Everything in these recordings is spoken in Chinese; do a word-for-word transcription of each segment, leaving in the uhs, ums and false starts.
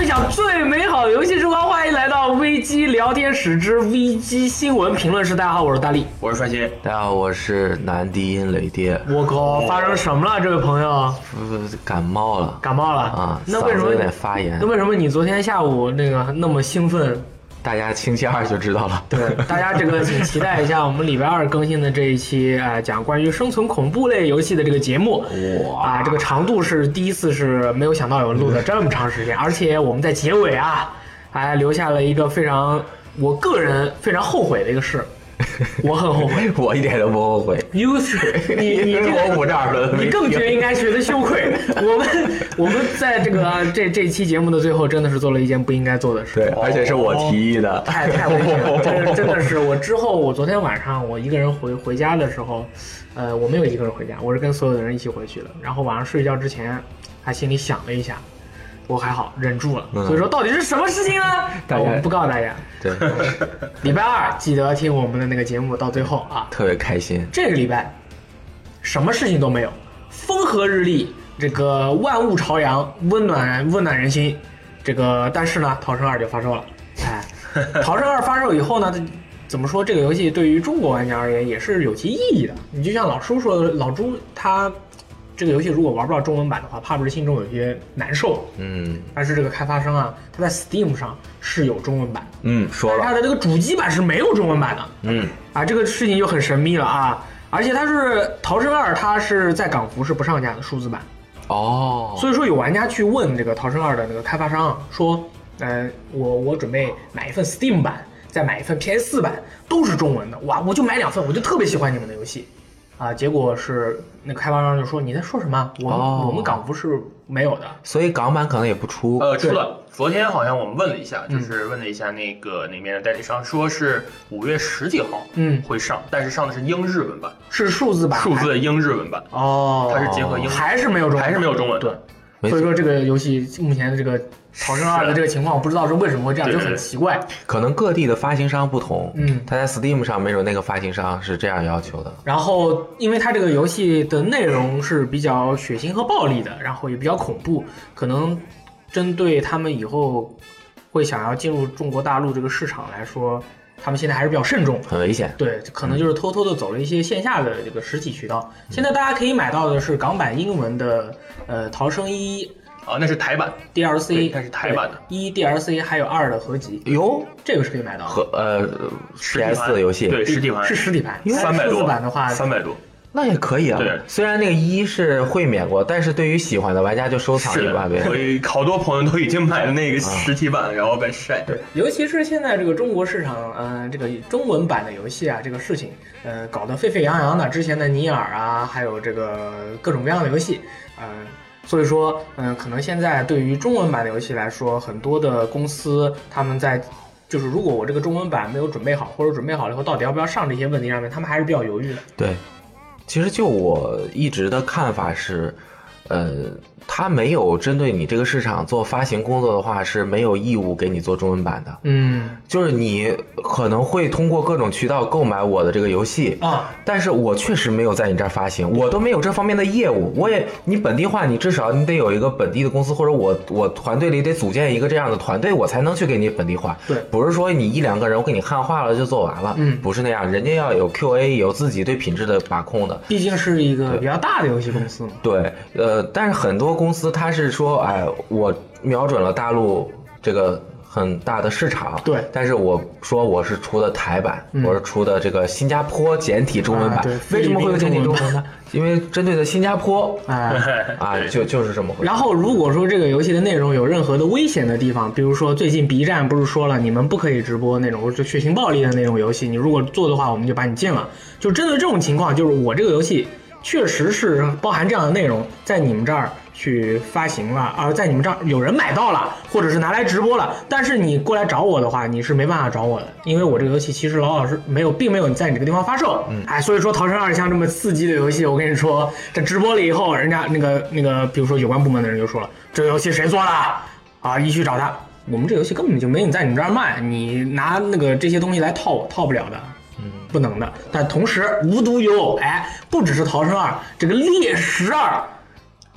享最美好的游戏时光，欢迎来到危机聊天室之危机新闻评论室。大家好，我是大力， 我是帅鑫， 大家好，我是男低音雷爹。 我靠，发生什么了，这位朋友？ 感冒了， 感冒了啊！ 那为什么有点发炎？ 那为什么你昨天下午那个那么兴奋？ 大家星期二就知道了。 对，大家这个请期待一下我们礼拜二更新的这一期啊、呃，讲关于生存恐怖类游戏的这个节目。哇！啊，这个长度是第一次是没有想到有录的这么长时间，而且我们在结尾啊，还留下了一个非常我个人非常后悔的一个事。我很后悔， 我一点都不后悔。 You should， 你你这我五这儿了， 你更觉应该觉得羞愧。我们我们在这个这这期节目的最后，真的是做了一件不应该做的事。 对，而且是我提议的， 太太危险了，真真的是。我之后，我昨天晚上我一个人回回家的时候，呃，我没有一个人回家，我是跟所有的人一起回去的。然后晚上睡觉之前，还心里想了一下。我还好忍住了，所以说到底是什么事情呢？ 大家我们不告诉大家。 对， 礼拜二记得听我们的那个节目到最后啊， 特别开心。 这个礼拜什么事情都没有，风和日丽，这个万物朝阳，温暖温暖人心。这个但是呢，逃生二就发售了。哎，逃生二发售以后呢，怎么说？这个游戏对于中国玩家而言也是有其意义的。你就像老叔说的，老朱他。这个游戏如果玩不到中文版的话，怕不是心中有些难受。 嗯， 但是这个开发商啊，他在 Steam 上是有中文版。 嗯，说了， 但是他的这个主机版是没有中文版的。 嗯， 啊，这个事情就很神秘了啊！而且它是逃生二，它是在港服是不上架的数字版。 哦， 所以说有玩家去问这个逃生二的那个开发商说，呃，我我准备买一份 Steam 版，再买一份 P S 四 版，都是中文的。哇，我就买两份，我就特别喜欢你们的游戏。啊，结果是那个开发商就说你在说什么？我们、哦、我们港服是没有的， 所以港版可能也不出。 呃，出了。昨天好像我们问了一下，就是问了一下那个那边的代理商，说是五月十几号嗯会上，但是上的是英日文版， 是数字版， 数字的英日文版哦， 它是结合英， 还是没有中文， 还是没有中文， 对。所以说这个游戏目前的这个逃生二的这个情况，我不知道是为什么会这样，就很奇怪。 可能各地的发行商不同， 嗯， 他在 Steam 上没准那个发行商是这样要求的。 然后，因为它这个游戏的内容是比较血腥和暴力的，然后也比较恐怖，可能针对他们以后会想要进入中国大陆这个市场来说。他们现在还是比较慎重， 很危险。 对，可能就是偷偷的走了一些线下的这个实体渠道。嗯、现在大家可以买到的是港版英文的呃《逃生一》 啊，那是台版 D L C， 那是台版的一 D L C 还有二的合集。 哟， 这个是可以买到的。 和呃 P S 的游戏， 对，实体盘是实体盘， 三百多。 数字版的话， 三百多。 那也可以啊。 对， 虽然那个一是会免过，但是对于喜欢的玩家就收藏一把呗。 所以好多朋友都已经买了那个实体版，啊、然后被晒。 对，尤其是现在这个中国市场，嗯、呃，这个中文版的游戏啊，这个事情，呃，搞得沸沸扬扬的。之前的尼尔啊，还有这个各种各样的游戏，嗯、呃，所以说，嗯、呃，可能现在对于中文版的游戏来说，很多的公司他们在。就是如果我这个中文版没有准备好，或者准备好了以后，到底要不要上这些问题上面，他们还是比较犹豫的。 对，其实就我一直的看法是，呃，他没有针对你这个市场做发行工作的话，是没有义务给你做中文版的。 嗯， 就是你可能会通过各种渠道购买我的这个游戏啊， 但是我确实没有在你这儿发行，我都没有这方面的业务。我也，你本地化，你至少你得有一个本地的公司，或者我我团队里得组建一个这样的团队，我才能去给你本地化。 对， 不是说你一两个人我给你汉化了就做完了， 嗯， 不是那样，人家要有 Q A， 有自己对品质的把控的。 毕竟是一个比较大的游戏公司嘛。 对，呃，但是很多公司它是说，哎，我瞄准了大陆这个很大的市场， 对， 但是我说我是出的台版，嗯、我是出的这个新加坡简体中文版， 啊、对， 为什么会有简体中文呢？因为针对的新加坡， 啊啊，就就是这么回事。 然后如果说这个游戏的内容有任何的危险的地方，比如说最近 B 站不是说了，你们不可以直播那种就血腥暴力的那种游戏，你如果做的话，我们就把你禁了。就针对这种情况，就是我这个游戏确实是包含这样的内容，在你们这儿去发行了，而、呃、在你们这儿有人买到了，或者是拿来直播了，但是你过来找我的话，你是没办法找我的，因为我这个游戏其实老老实没有，并没有在你这个地方发售。嗯，哎，所以说《逃生二》像这么刺激的游戏，我跟你说，这直播了以后，人家那个那个，比如说有关部门的人就说了，这个游戏谁做的啊？一去找他，我们这游戏根本就没有在你们这儿卖，你拿那个这些东西来套我，套不了的。不能的，但同时无独有偶，哎，不只是逃生二，这个猎食二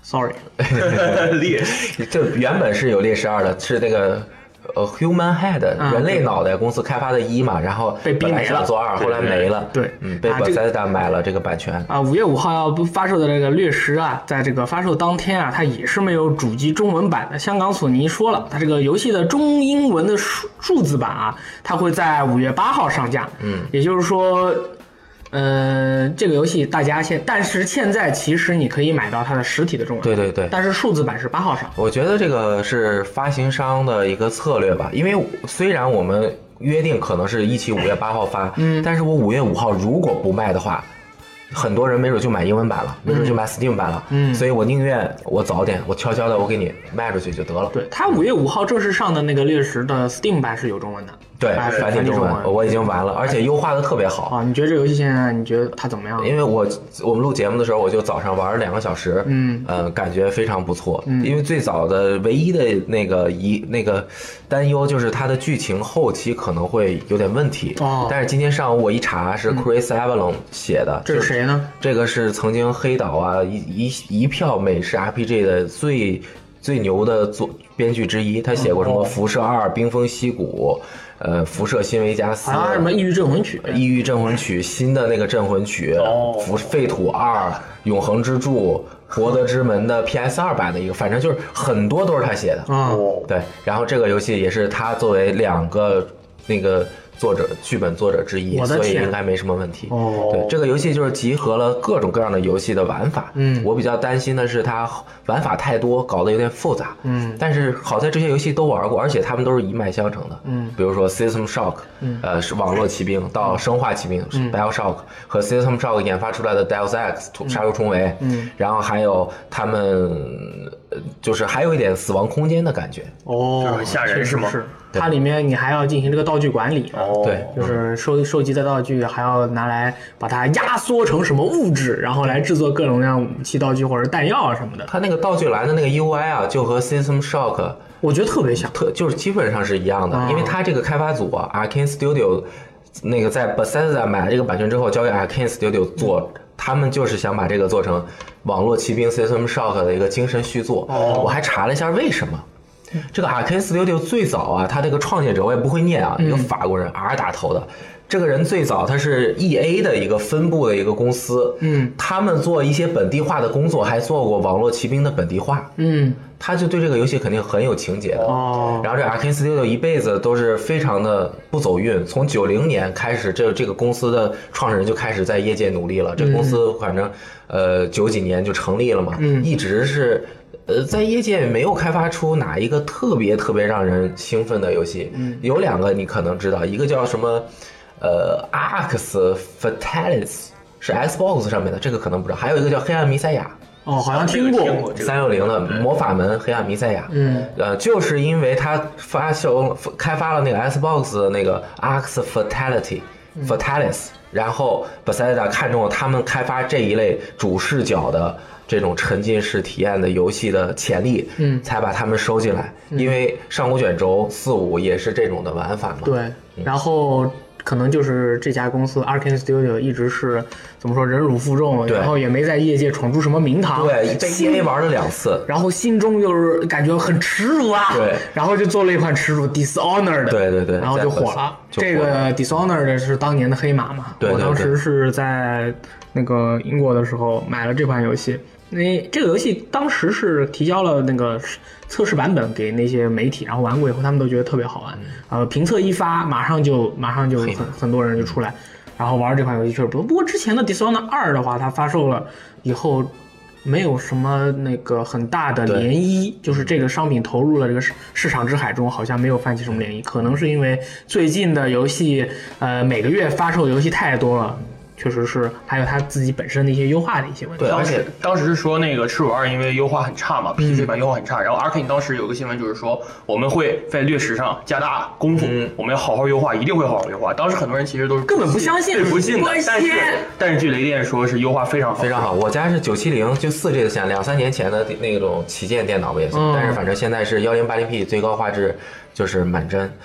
，sorry， 劣势， 这原本是有猎食二的，是那个。呃 ，Human Head、嗯、人类脑袋公司开发的一嘛，然后被逼没了， 做二，后来没了， 对， 嗯，被 Bethesda 买了这个版权啊。五月五号要发售的这个掠食啊，在这个发售当天啊，它也是没有主机中文版的。香港索尼说了，它这个游戏的中英文的数数字版啊，它会在五月八号上架， 嗯， 也就是说。呃，这个游戏大家现，但是现在其实你可以买到它的实体的中文版， 对对对， 但是数字版是八号上。 我觉得这个是发行商的一个策略吧，因为虽然我们约定可能是一期五月八号发，嗯，但是我五月五号如果不卖的话，很多人没准就买英文版了，没准就买 Steam 版了，嗯，所以我宁愿我早点，我悄悄的我给你卖出去就得了。 对，它五月五号正式上的那个掠食的 Steam 版是有中文的。 对，繁体中文我已经完了，而且优化的特别好啊！你觉得这游戏现在你觉得它怎么样？ 因为我我们录节目的时候，我就早上玩了两个小时，嗯，呃，感觉非常不错。嗯，因为最早的唯一的那个一那个担忧就是它的剧情后期可能会有点问题。哦，但是今天上午我一查，是 Chris Avellone 写的。 这是谁呢？ 这个是曾经黑岛啊一一一票美式 R P G 的最最牛的作编剧之一，他写过什么《辐射二》《冰封溪谷》。呃，辐射新维加斯， 啊，什么异域镇魂曲， 异域镇魂曲，新的那个镇魂曲， 哦， 辐废土二，永恒之柱，博德之门的 P S 二 版的一个，反正就是很多都是他写的， 哦， 对，然后这个游戏也是他作为两个那个作者剧本作者之一，所以应该没什么问题。 哦， 对，这个游戏就是集合了各种各样的游戏的玩法。嗯，我比较担心的是它玩法太多，搞得有点复杂。嗯，但是好在这些游戏都玩过，而且他们都是一脉相承的。嗯，比如说 System Shock， 嗯，呃，是网络骑兵到生化骑兵，嗯，BioShock 和 System Shock 研发出来的 Deus Ex 杀戮重围。嗯，然后还有他们，就是还有一点死亡空间的感觉。 哦，就是很吓人是吗？ 是。它里面你还要进行这个道具管理， 哦，对， 就是收收集的道具还要拿来把它压缩成什么物质，然后来制作各种各样武器道具或者弹药什么的。 它那个道具栏的那个 U I 啊，就和 System Shock 我觉得特别像， 特就是基本上是一样的，哦，因为它这个开发组啊 ，Arkane Studio 那个在 Bethesda 买了这个版权之后，交给 Arkane Studio 做。嗯，他们就是想把这个做成网络骑兵 System Shock 的一个精神续作。哦，我还查了一下为什么。这个 Arkane Studio 最早啊，他这个创建者我也不会念啊，一个法国人 R 打头的，这个人最早他是 E A 的一个分部的一个公司，嗯，他们做一些本地化的工作，还做过网络骑兵的本地化，嗯，他就对这个游戏肯定很有情节的。哦，然后这 Arkane Studio 一辈子都是非常的不走运，从九零年开始，这这个公司的创始人就开始在业界努力了，这个公司反正呃九几年就成立了嘛，嗯，一直是。呃，在业界没有开发出哪一个特别特别让人兴奋的游戏，嗯，有两个你可能知道，一个叫什么，呃 ，Arx Fatalis 是 Xbox 上面的，这个可能不知道，还有一个叫黑暗弥赛亚， 哦，好像听过， 三六零的魔法门黑暗弥赛亚，嗯，呃，就是因为它发售开发了那个 Xbox 的那个 Arx Fatality Fatalis，然后 Bethesda 看中了他们开发这一类主视角的。这种沉浸式体验的游戏的潜力，嗯，才把他们收进来。嗯，因为上古卷轴四五也是这种的玩法嘛。 对，嗯，然后可能就是这家公司 Arkane Studio 一直是怎么说忍辱负重，然后也没在业界闯出什么名堂。 对，被 E A 玩了两次， 然后心中就是感觉很耻辱啊。 对， 然后就做了一款耻辱 Dishonored。 对对对， 然后就火了。这个 Dishonored 是当年的黑马嘛？ 对对对， 我当时是在那个英国的时候买了这款游戏。那这个游戏当时是提交了那个测试版本给那些媒体，然后玩过以后他们都觉得特别好玩，呃，评测一发马上就马上就很很多人就出来，然后玩这款游戏确实不错。不过之前的 Dishonored 二的话，它发售了以后没有什么那个很大的涟漪，就是这个商品投入了这个市场之海中，好像没有泛起什么涟漪，可能是因为最近的游戏呃每个月发售游戏太多了。确实是，还有他自己本身的一些优化的一些问题。 对，而且当时是说那个赤裸二因为优化很差嘛 ，P C 版优化很差。然后 Arkane 当时有个新闻就是说，我们会在掠食上加大功夫，嗯，我们要好好优化，一定会好好优化。当时很多人其实都是根本不相信， 对，不信的。但是但是据雷电说是优化非常好， 非常好。我家是九七零，就四 G 的线，两三年前的那种旗舰电脑吧也行，嗯，但是反正现在是一零八零 P 最高画质，就是满帧。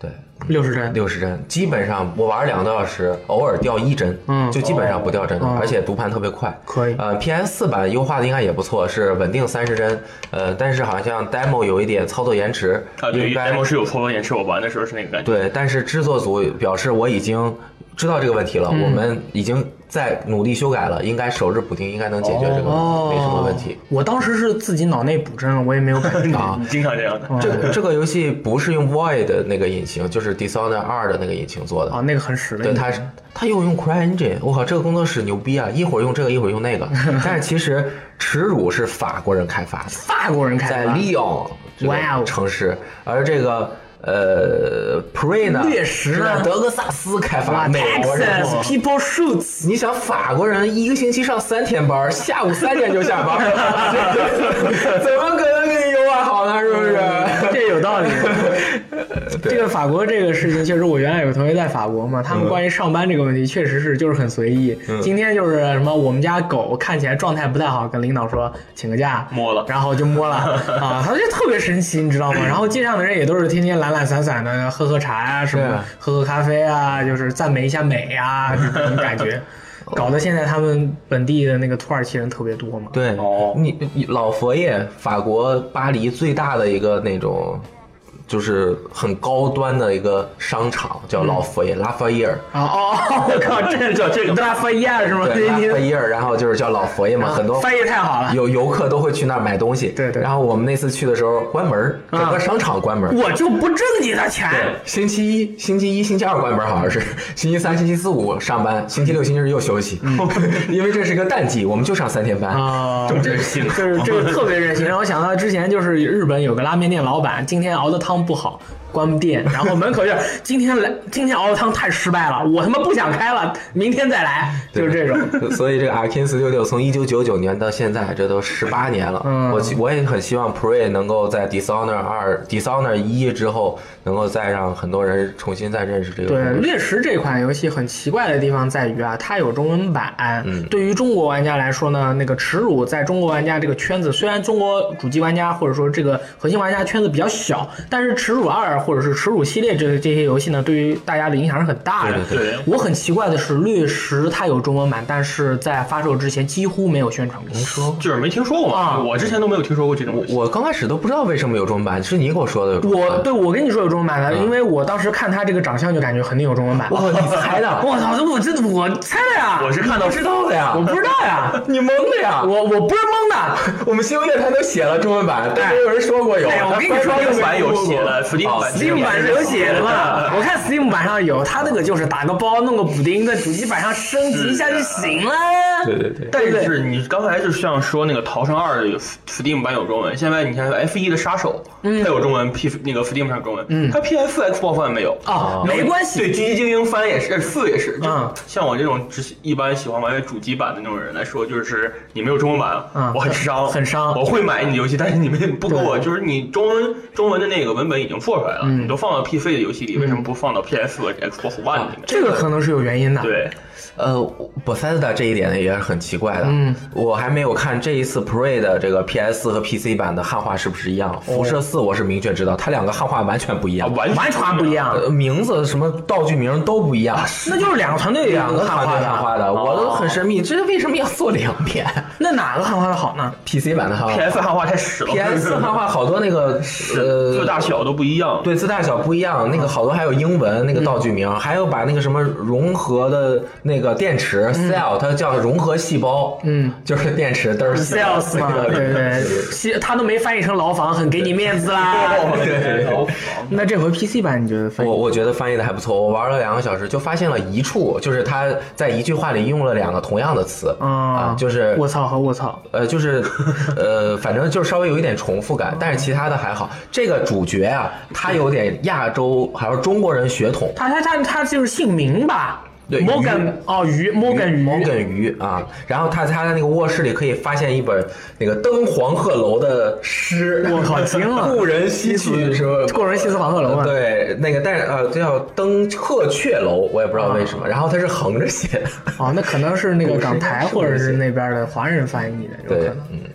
对， 六十帧， 六十帧，基本上我玩两个多小时，偶尔掉一帧， 嗯就基本上不掉帧的， 哦而且读盘特别快。 可以呃 ，P S 四 版优化的应该也不错，是稳定三十帧，呃，但是好像 demo 有一点操作延迟， 啊，对应该 ，demo 是有操作延迟，我玩的时候是那个感觉。 对，但是制作组表示我已经知道这个问题了， 嗯我们已经在努力修改了，应该首日补丁应该能解决这个问题， 哦， 没什么问题。 我当时是自己脑内补帧了，我也没有感觉啊你经常这样的。 这个这个游戏不是用 Void 的那个引擎，就是 Dishonored 二的那个引擎做的。 啊，那个很屎的。 对，它是它又用 CryEngine， 我靠，这个工作室牛逼啊！一会儿用这个，一会儿用那个。但是其实耻辱是法国人开发的， 法国人开在发， 利昂这哇哦个城市，而这个呃 Prey 呢， 掠食呢是在德克萨斯开发， 哇美国人。 ，Texas people shoots， 你想法国人一个星期上三天班，下午三点就下班，怎么可能给你优化好呢？是不是？ 这有道理。这个法国这个事情，确实我原来有个同学在法国嘛，他们关于上班这个问题，确实是就是很随意。今天就是什么，我们家狗看起来状态不太好，跟领导说请个假， 摸了然后就摸了啊，他就特别神奇，你知道吗？然后街上的人也都是天天懒懒散散的，喝喝茶呀、什么对喝喝咖啡啊，就是赞美一下美啊，这种感觉。搞得现在他们本地的那个土耳其人特别多嘛。 对， 哦你你老佛爷，法国巴黎最大的一个那种，就是很高端的一个商场，叫老佛爷、拉法耶尔。 啊哦哦，我靠，这叫这个拉法耶尔是吗？ 对，拉你法耶尔，然后就是叫老佛爷嘛，很多翻译太好了。 有游客都会去那儿买东西。 对对然后我们那次去的时候关门，整个商场关门。 我就不挣你的钱。 星期一、星期一、星期二关门，好像是星期三、星期四、五上班，星期六、星期日又休息，因为这是个淡季，我们就上三天班。 啊， 这么任性就是这个特别任性。让我想到之前就是日本有个拉面店老板，今天熬的汤不好，关店，然后门口就今天来，今天熬的汤太失败了，我他妈不想开了，明天再来，就是这种。 所以这个 Arkane Studio 从一九九九年到现在，这都十八年了。 嗯我我也很希望 Prey 能够在 Dishonored 二、Dishonored 一之后，能够再让很多人重新再认识这个。 对，掠食这款游戏很奇怪的地方在于啊，它有中文版。 嗯对于中国玩家来说呢，那个耻辱在中国玩家这个圈子，虽然中国主机玩家或者说这个核心玩家圈子比较小，但是耻辱二或者是耻辱系列这这些游戏呢，对于大家的影响是很大的。 对对对我很奇怪的是，掠食它有中文版，但是在发售之前几乎没有宣传过。您说？ 就是没听说过嘛， 啊我之前都没有听说过这种游戏。 我刚开始都不知道为什么有中文版，是你给我说的有中文版。 我对我跟你说有中文版的，因为我当时看他这个长相就感觉肯定有中文版。 哇，你猜的？ 我操！我这我猜的呀！ 我是看到不知道的呀我，不知道呀， 你蒙的呀。 我我不是蒙的。 我们新闻电台都写了中文版，但没有人说过有。 哎我跟你说英版有写的，Steam 版 Steam 版是有写的嘛？我看 Steam 版上有，它那个就是打个包，弄个补丁，在主机版上升级一下就行了。 对对对。 但是你刚才就像说那个《逃生二》有 Steam 版有中文，现在你看 F 一 的杀手，它有中文 P 那个 Steam 上有中文，它 P S Xbox 版没有。 啊，没关系。 对，狙击精英番也是，四也是。就嗯像我这种只喜一般喜欢玩主机版的那种人来说，就是你没有中文版， 嗯我很伤， 很伤我会买你的游戏，但是你们不给我，就是你中文中文的那个文本已经做出来了， 嗯你都放到 P C 的游戏里，为什么不放到 P S 和 Xbox One 里面？ 这个可能是有原因的。 对。 呃，Bethesda 这一点呢也是很奇怪的。 嗯， 我还没有看这一次 Prey 的这个 P S 和 P C 版的汉化是不是一样。辐射四我是明确知道，它两个汉化完全不一样， 完完全不一样， 呃名字什么道具名都不一样， 那就是两个团队两个汉汉化汉化的，我都很神秘，这为什么要做两遍那哪个汉化的好呢？ ？P C 版的汉化 P S 汉化太屎了 ，P S 汉化好多那个呃字大小都不一样。 对，字大小不一样，那个好多还有英文那个道具名，还有把那个什么融合的那个电池 cell，它叫融合细胞， 嗯， 就是电池都是细胞 sales 嘛，对对对，西他都没翻译成牢房，很给你面子啦。 对， 那这回 P C 版你觉得翻译？ 我我觉得翻译的还不错，我玩了两个小时就发现了一处，就是他在一句话里用了两个同样的词啊，就是我操和我操， 呃，就是呃，反正就是稍微有一点重复感，但是其他的还好。这个主角啊，他有点亚洲还有中国人血统， 他他他他就是姓名吧？ 对 ，Morgan 哦鱼 Morgan 鱼 Morgan 鱼啊，然后他他在那个卧室里可以发现一本那个登黄鹤楼的诗， 我靠惊了故人西去是吧？ 故人西辞黄鹤楼嘛？ 对，那个但是呃叫登鹤阙楼，我也不知道为什么，然后他是横着写的。 哦，那可能是那个港台或者是那边的华人翻译的，有可对能。 嗯。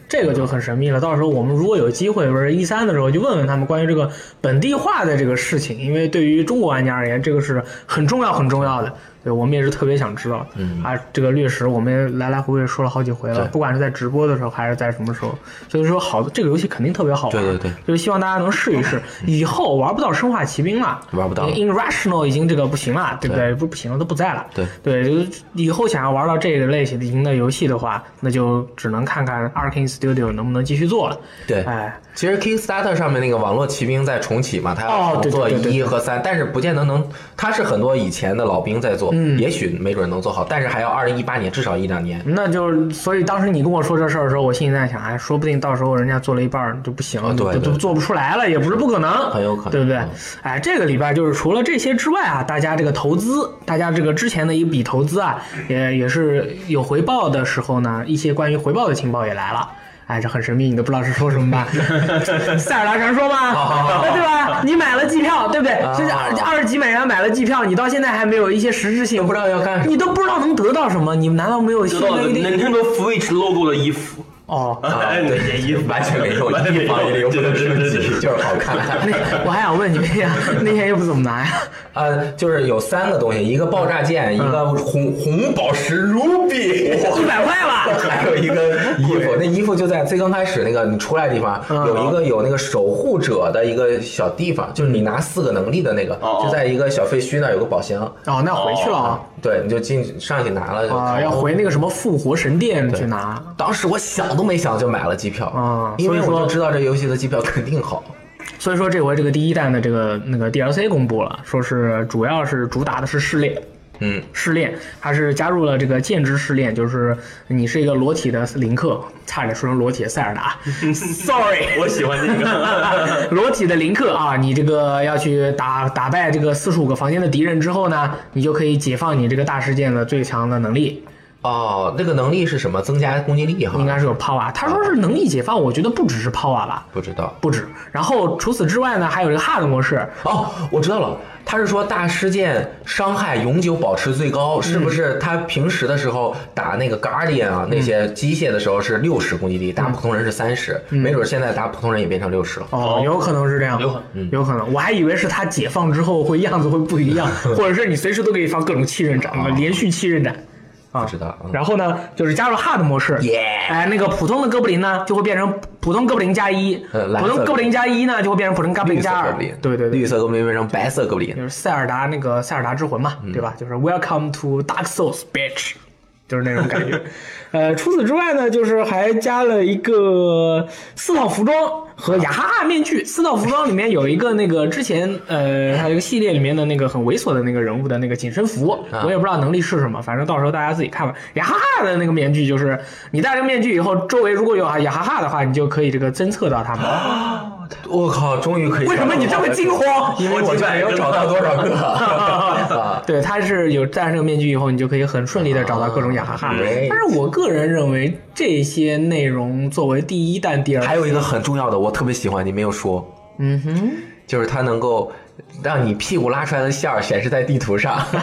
这个就很神秘了。到时候我们如果有机会，不是一三的时候，就问问他们关于这个本地化的这个事情，因为对于中国玩家而言，这个是很重要很重要的。对，我们也是特别想知道。嗯啊，这个掠食我们也来来回回说了好几回了，不管是在直播的时候还是在什么时候，所以说好的这个游戏肯定特别好玩。 对对对， 就是希望大家能试一试。以后玩不到生化奇兵了， 玩不到 ，Irrational 已经这个不行了，对不对？不不行了，都不在了。 对对，以后想要玩到这个类型的游戏的话，那就只能看看 Arkane Studio 能不能继续做了。 对， 哎， 其实 Kickstarter 上面那个网络骑兵在重启嘛，它要重做一和三，但是不见得能，它是很多以前的老兵在做，嗯，也许没准能做好，但是还要二零一八年至少一两年。 那就所以当时你跟我说这事儿的时候，我心里在想，哎，说不定到时候人家做了一半就不行了， 哦、对都做不出来了，也不是不可能， 很有可能， 对不对？ 嗯、 哎，这个里边就是除了这些之外啊，大家这个投资，大家这个之前的一笔投资啊，也也是有回报的时候呢，一些关于回报的情报也来了。哎，这很神秘，你都不知道是说什么吧？塞尔达传说嘛，对吧？你买了机票，对不对？这是二二十几美元买了机票，你到现在还没有一些实质性， 不知道要干什么， 你都不知道能得到什么，你难道没有得到 Nintendo Switch logo 的衣服？ 哦， 啊，对，这衣服完全没用，一方一零不能升级，就是好看。 那我还想问你们呀，那天又不怎么拿呀？ 呃，就是有三个东西，一个爆炸剑，一个红红宝石 Ruby， 一百块吧， 还有一个衣服。那衣服就在最刚开始那个你出来的地方，有一个有那个守护者的一个小地方，就是你拿四个能力的那个，就在一个小废墟那儿有个宝箱。 哦，那回去了啊？ 对，你就进上去拿了。 啊，要回那个什么复活神殿去拿。 当时我想都没想就买了机票啊， 因为我就知道这游戏的机票肯定好。 所以说这回这个第一弹的这个那个 D L C 公布了，说是主要是主打的是试炼。 嗯， 试炼，它是加入了这个剑之试炼，就是你是一个裸体的林克，差点说成裸体的塞尔达，sorry， 我喜欢这个裸体的林克啊，你这个要去打打败这个四十五个房间的敌人之后呢，你就可以解放你这个大事件的最强的能力。 哦，那个能力是什么？增加攻击力哈？ 应该是有 power。他说是能力解放，我觉得不只是 power 吧？ 不知道， 不止。然后除此之外呢，还有这个 hard 模式。 哦，我知道了，他是说大事件伤害永久保持最高，嗯、是不是？他平时的时候打那个 Guardian 啊，那些机械的时候是六十攻击力，嗯、打普通人是三十、嗯，没准现在打普通人也变成六十了。 哦，有可能是这样， 有可能， 嗯、有可能。我还以为是他解放之后会样子会不一样，或者是你随时都可以放各种七人斩，哦、连续七人斩。 啊，知道。 然后呢，就是加入 hard 模式， yeah! 哎，那个普通的哥布林呢，就会变成普通哥布林加一，普通哥布林加一呢，就会变成普通哥布林加二，对对对， 绿色哥布林变成白色哥布林， 就是塞尔达那个塞尔达之魂嘛，嗯、对吧？就是 Welcome to Dark Souls, bitch， 就是那种感觉。呃，除此之外呢，就是还加了一个四套服装和雅哈哈面具。四套服装里面有一个那个之前呃，还有一个系列里面的那个很猥琐的那个人物的那个紧身服，啊、我也不知道能力是什么，反正到时候大家自己看吧。雅哈哈的那个面具就是你戴这个面具以后，周围如果有雅哈哈的话，你就可以这个侦测到他们。 啊我靠，终于可以！ 为什么你这么惊慌？ 因为我就没有找到多少个。 啊、对，它是有戴上这个面具以后，你就可以很顺利的找到各种雅哈哈。但是我个人认为，这些内容作为第一弹、第二， 还有一个很重要的，我特别喜欢，你没有说。 嗯哼， 就是它能够让你屁股拉出来的线儿显示在地图上。我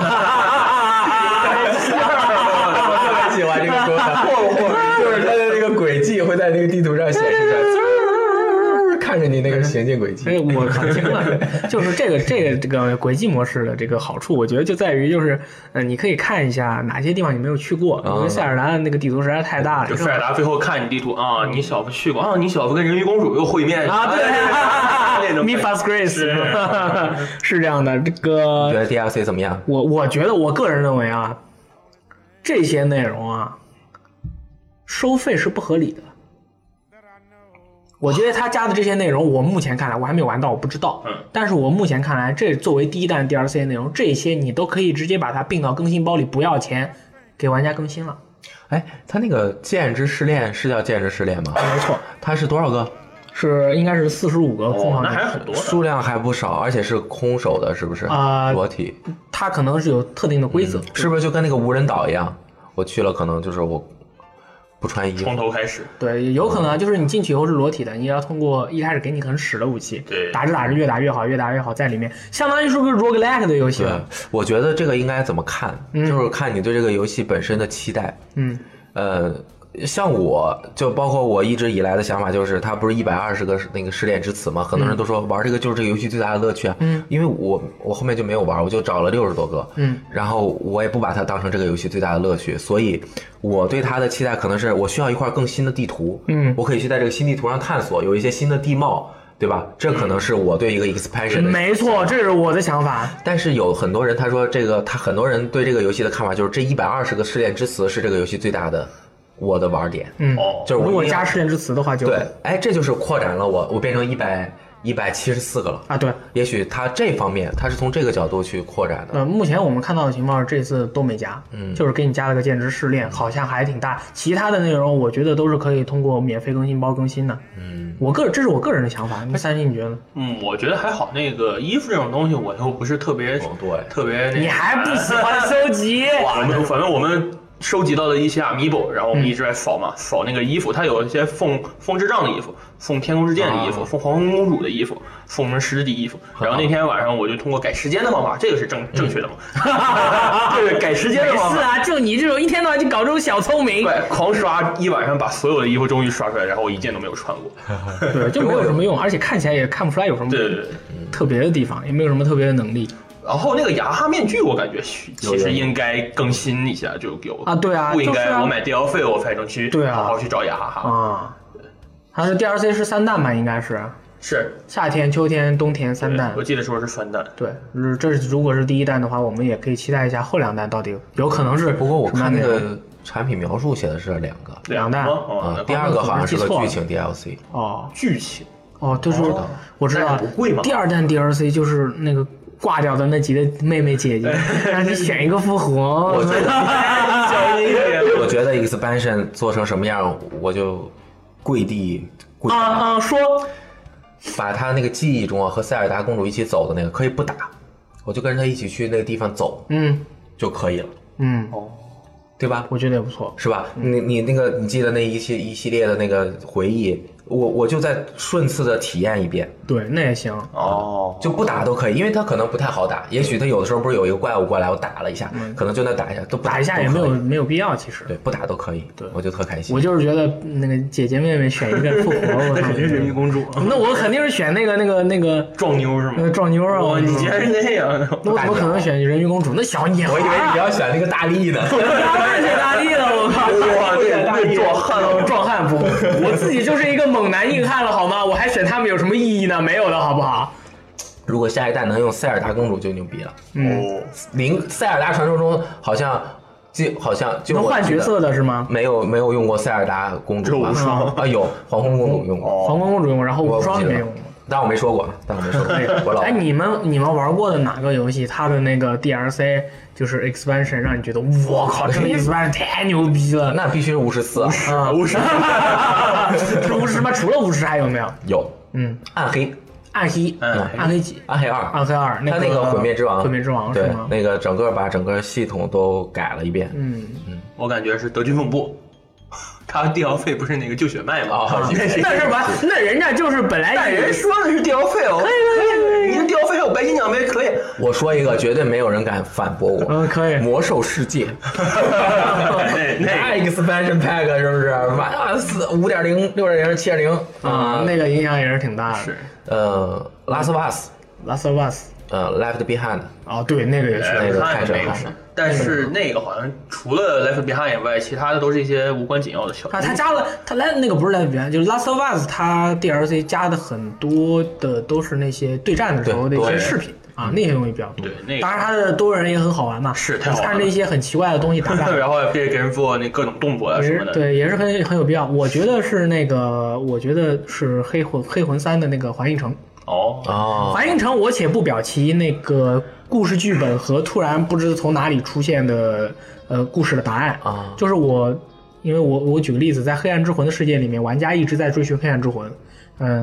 特别喜欢这个说法，就是它的那个轨迹会在那个地图上显示出来。看着你那个行进轨迹， 哎，我靠，惊了！就是这个这个这个轨迹模式的这个好处，我觉得就在于就是，呃，你可以看一下哪些地方你没有去过，因为塞尔达那个地图实在太大了。 就塞尔达最后看你地图啊，你小夫去过啊，你小夫跟人鱼公主又会面啊，对 ，Mipha's Grace 是这样的。这个你觉得 D L C 怎么样？ 我我觉得我个人认为啊，这些内容啊，收费是不合理的。我觉得他加的这些内容，我目前看来我还没有玩到，我不知道。嗯，但是我目前看来，这作为第一弹 D L C 内容，这些你都可以直接把它并到更新包里，不要钱，给玩家更新了。 哎，他那个剑之试炼是叫剑之试炼吗？ 没错， 它是多少个？ 是应该是四十五个空房、哦，那还是很多， 数量还不少，而且是空手的，是不是？啊、呃，裸体。 它可能是有特定的规则、嗯， 是不是就跟那个无人岛一样？我去了，可能就是我。不穿衣服， 从头开始。 对，有可能就是你进去以后是裸体的，你要通过一开始给你很屎的武器， 对， 打着打着越打越好，越打越好，在里面相当于是个 roguelike 的游戏了。 我觉得这个应该怎么看，嗯、就是看你对这个游戏本身的期待。 嗯， 呃， 像我就包括我一直以来的想法就是，它不是一百二十个那个试炼之词吗？很多人都说玩这个就是这个游戏最大的乐趣啊。嗯，因为我我后面就没有玩，我就找了六十多个。嗯，然后我也不把它当成这个游戏最大的乐趣，所以我对它的期待可能是我需要一块更新的地图。嗯，我可以去在这个新地图上探索，有一些新的地貌。对吧？这可能是我对一个 expansion 的。 没错，这是我的想法。 但是有很多人他说这个，他很多人对这个游戏的看法就是这一百二十个试炼之词是这个游戏最大的我的玩点。 嗯， 就是我如果加试炼之词的话就， 对，哎，这就是扩展了我，我变成一百一百七十四个了啊。对， 也许他这方面他是从这个角度去扩展的。 呃，目前我们看到的情报这次都没加，嗯，就是给你加了个剑之试炼，好像还挺大。其他的内容我觉得都是可以通过免费更新包更新的。嗯。我个这是我个人的想法，那三星你觉得？ 嗯，我觉得还好。那个衣服这种东西，我又不是特别， 哦、对， 特别、那个。 你还不喜欢收集？ 我们反正我们收集到的一些 amiibo， 然后我们一直在扫嘛，扫那个衣服，它有一些奉风之杖的衣服，奉天空之剑的衣服，啊、奉黄昏公主的衣服，奉什么石之地衣服。然后那天晚上我就通过改时间的方法，这个是正正确的嘛？对，改时间的方法。 是啊，就你这种一天到晚就搞这种小聪明， 对，狂刷一晚上把所有的衣服终于刷出来，然后我一件都没有穿过。 对，就没有什么用，而且看起来也看不出来有什么对对对特别的地方，也没有什么特别的能力。 然后那个雅哈面具，我感觉其实应该更新一下，就有啊，对啊， 不应该、 就是啊、 我买 D L C 我才能去对啊， 好好去找雅哈哈啊。它的 D L C 是三弹吧？应该是是夏天、秋天、冬天三弹。 我记得说是三弹。 对，这是如果是第一弹的话，我们也可以期待一下后两弹到底有可能是。 不过我看那个产品描述写的是两个两弹啊，第二个好像是个剧情 D L C 哦， 剧情哦，就是我知道不贵嘛。 第二弹 D L C 就是那个。挂掉的那几个妹妹姐姐，让你选一个复活。 我觉得，我觉得 expansion 做成什么样，我就跪地跪啊啊说， 把他那个记忆中啊和塞尔达公主一起走的那个可以不打，我就跟着他一起去那个地方走， 嗯， 就可以了。 嗯， 哦，对吧？ 我觉得也不错， 是吧？嗯、你你那个你记得那一系一系列的那个回忆。我我就再顺次的体验一遍， 对，那也行哦， 就不打都可以，因为它可能不太好打，也许它有的时候不是有一个怪物过来，我打了一下，嗯、可能就那打一下，都不打一下也没有没有必要，其实对，不打都可以， 对， 我就特开心。 我就是觉得那个姐姐妹妹选一个复活， 那肯定是人鱼公主， 那我肯定是选那个那个那个壮妞是吗？ 那个壮妞啊！ 哇，你竟然是那样的， 那我怎么可能选人鱼公主？那小女孩， 我以为你要选那个大力呢， 我当然选大力了，我靠！ 哇，这这壮汉了， 壮汉不，我自己就是一个猛男硬汉了。好吗？我还选他们有什么意义呢？没有的好不好？ 如果下一代能用塞尔达公主就牛逼了。 嗯， 零塞尔达传说中好像就好像就能换角色的是吗？ 没有没有用过塞尔达公主吧？ 无双啊有黄昏公主用过， 黄昏公主用过，然后无双没用过。 但我没说过，但我没说过。我老哎，你们你们玩过的哪个游戏？它的那个 D L C 就是 expansion， 让你觉得我靠，这个 expansion 太牛逼了？ 那必须是巫师四啊，巫师，是巫师吗？除了巫师还有没有？ 有， 嗯， 暗黑， 暗黑， 嗯， 暗黑几？ 暗黑二， 暗黑二， 他那个毁灭之王， 毁灭之王是吗？ 对，那个整个把整个系统都改了一遍。 嗯嗯，我感觉是德军总部。他 D L C 不是那个救血脉吗？ 啊，那是吧？那人家就是本来但人说的是 D L C 哦，可以可以，你的 D L C 还有白金奖杯可以。 我说一个，绝对没有人敢反驳我。 嗯，可以。 魔兽世界，那 expansion pack 是不是？哇，四五点零、六点零、七点零啊，那个影响也是挺大的。 是， 呃 ，Last of Us，Last of Us， 呃 ，Left Behind。 哦，对，那个也是， 那个太震撼了。 但是那个好像除了 Left Behind 以外，其他的都是一些无关紧要的小。 啊，他加了他来那个不是 Left Behind，就是 Last of Us， 他 D L C 加的很多的都是那些对战的时候的一些视频啊，那些东西比较多。 对，那个当然他的多人也很好玩嘛， 是太好玩了。 看着一些很奇怪的东西打架， 然后也可以给人做那各种动作啊什么的。 对，也是很很有必要。我觉得是那个，我觉得是黑魂黑魂三的那个环境城。 哦哦， 环境城我且不表其那个故事剧本和突然不知从哪里出现的呃故事的答案啊， 就是我，因为我我举个例子，在黑暗之魂的世界里面，玩家一直在追寻黑暗之魂，嗯，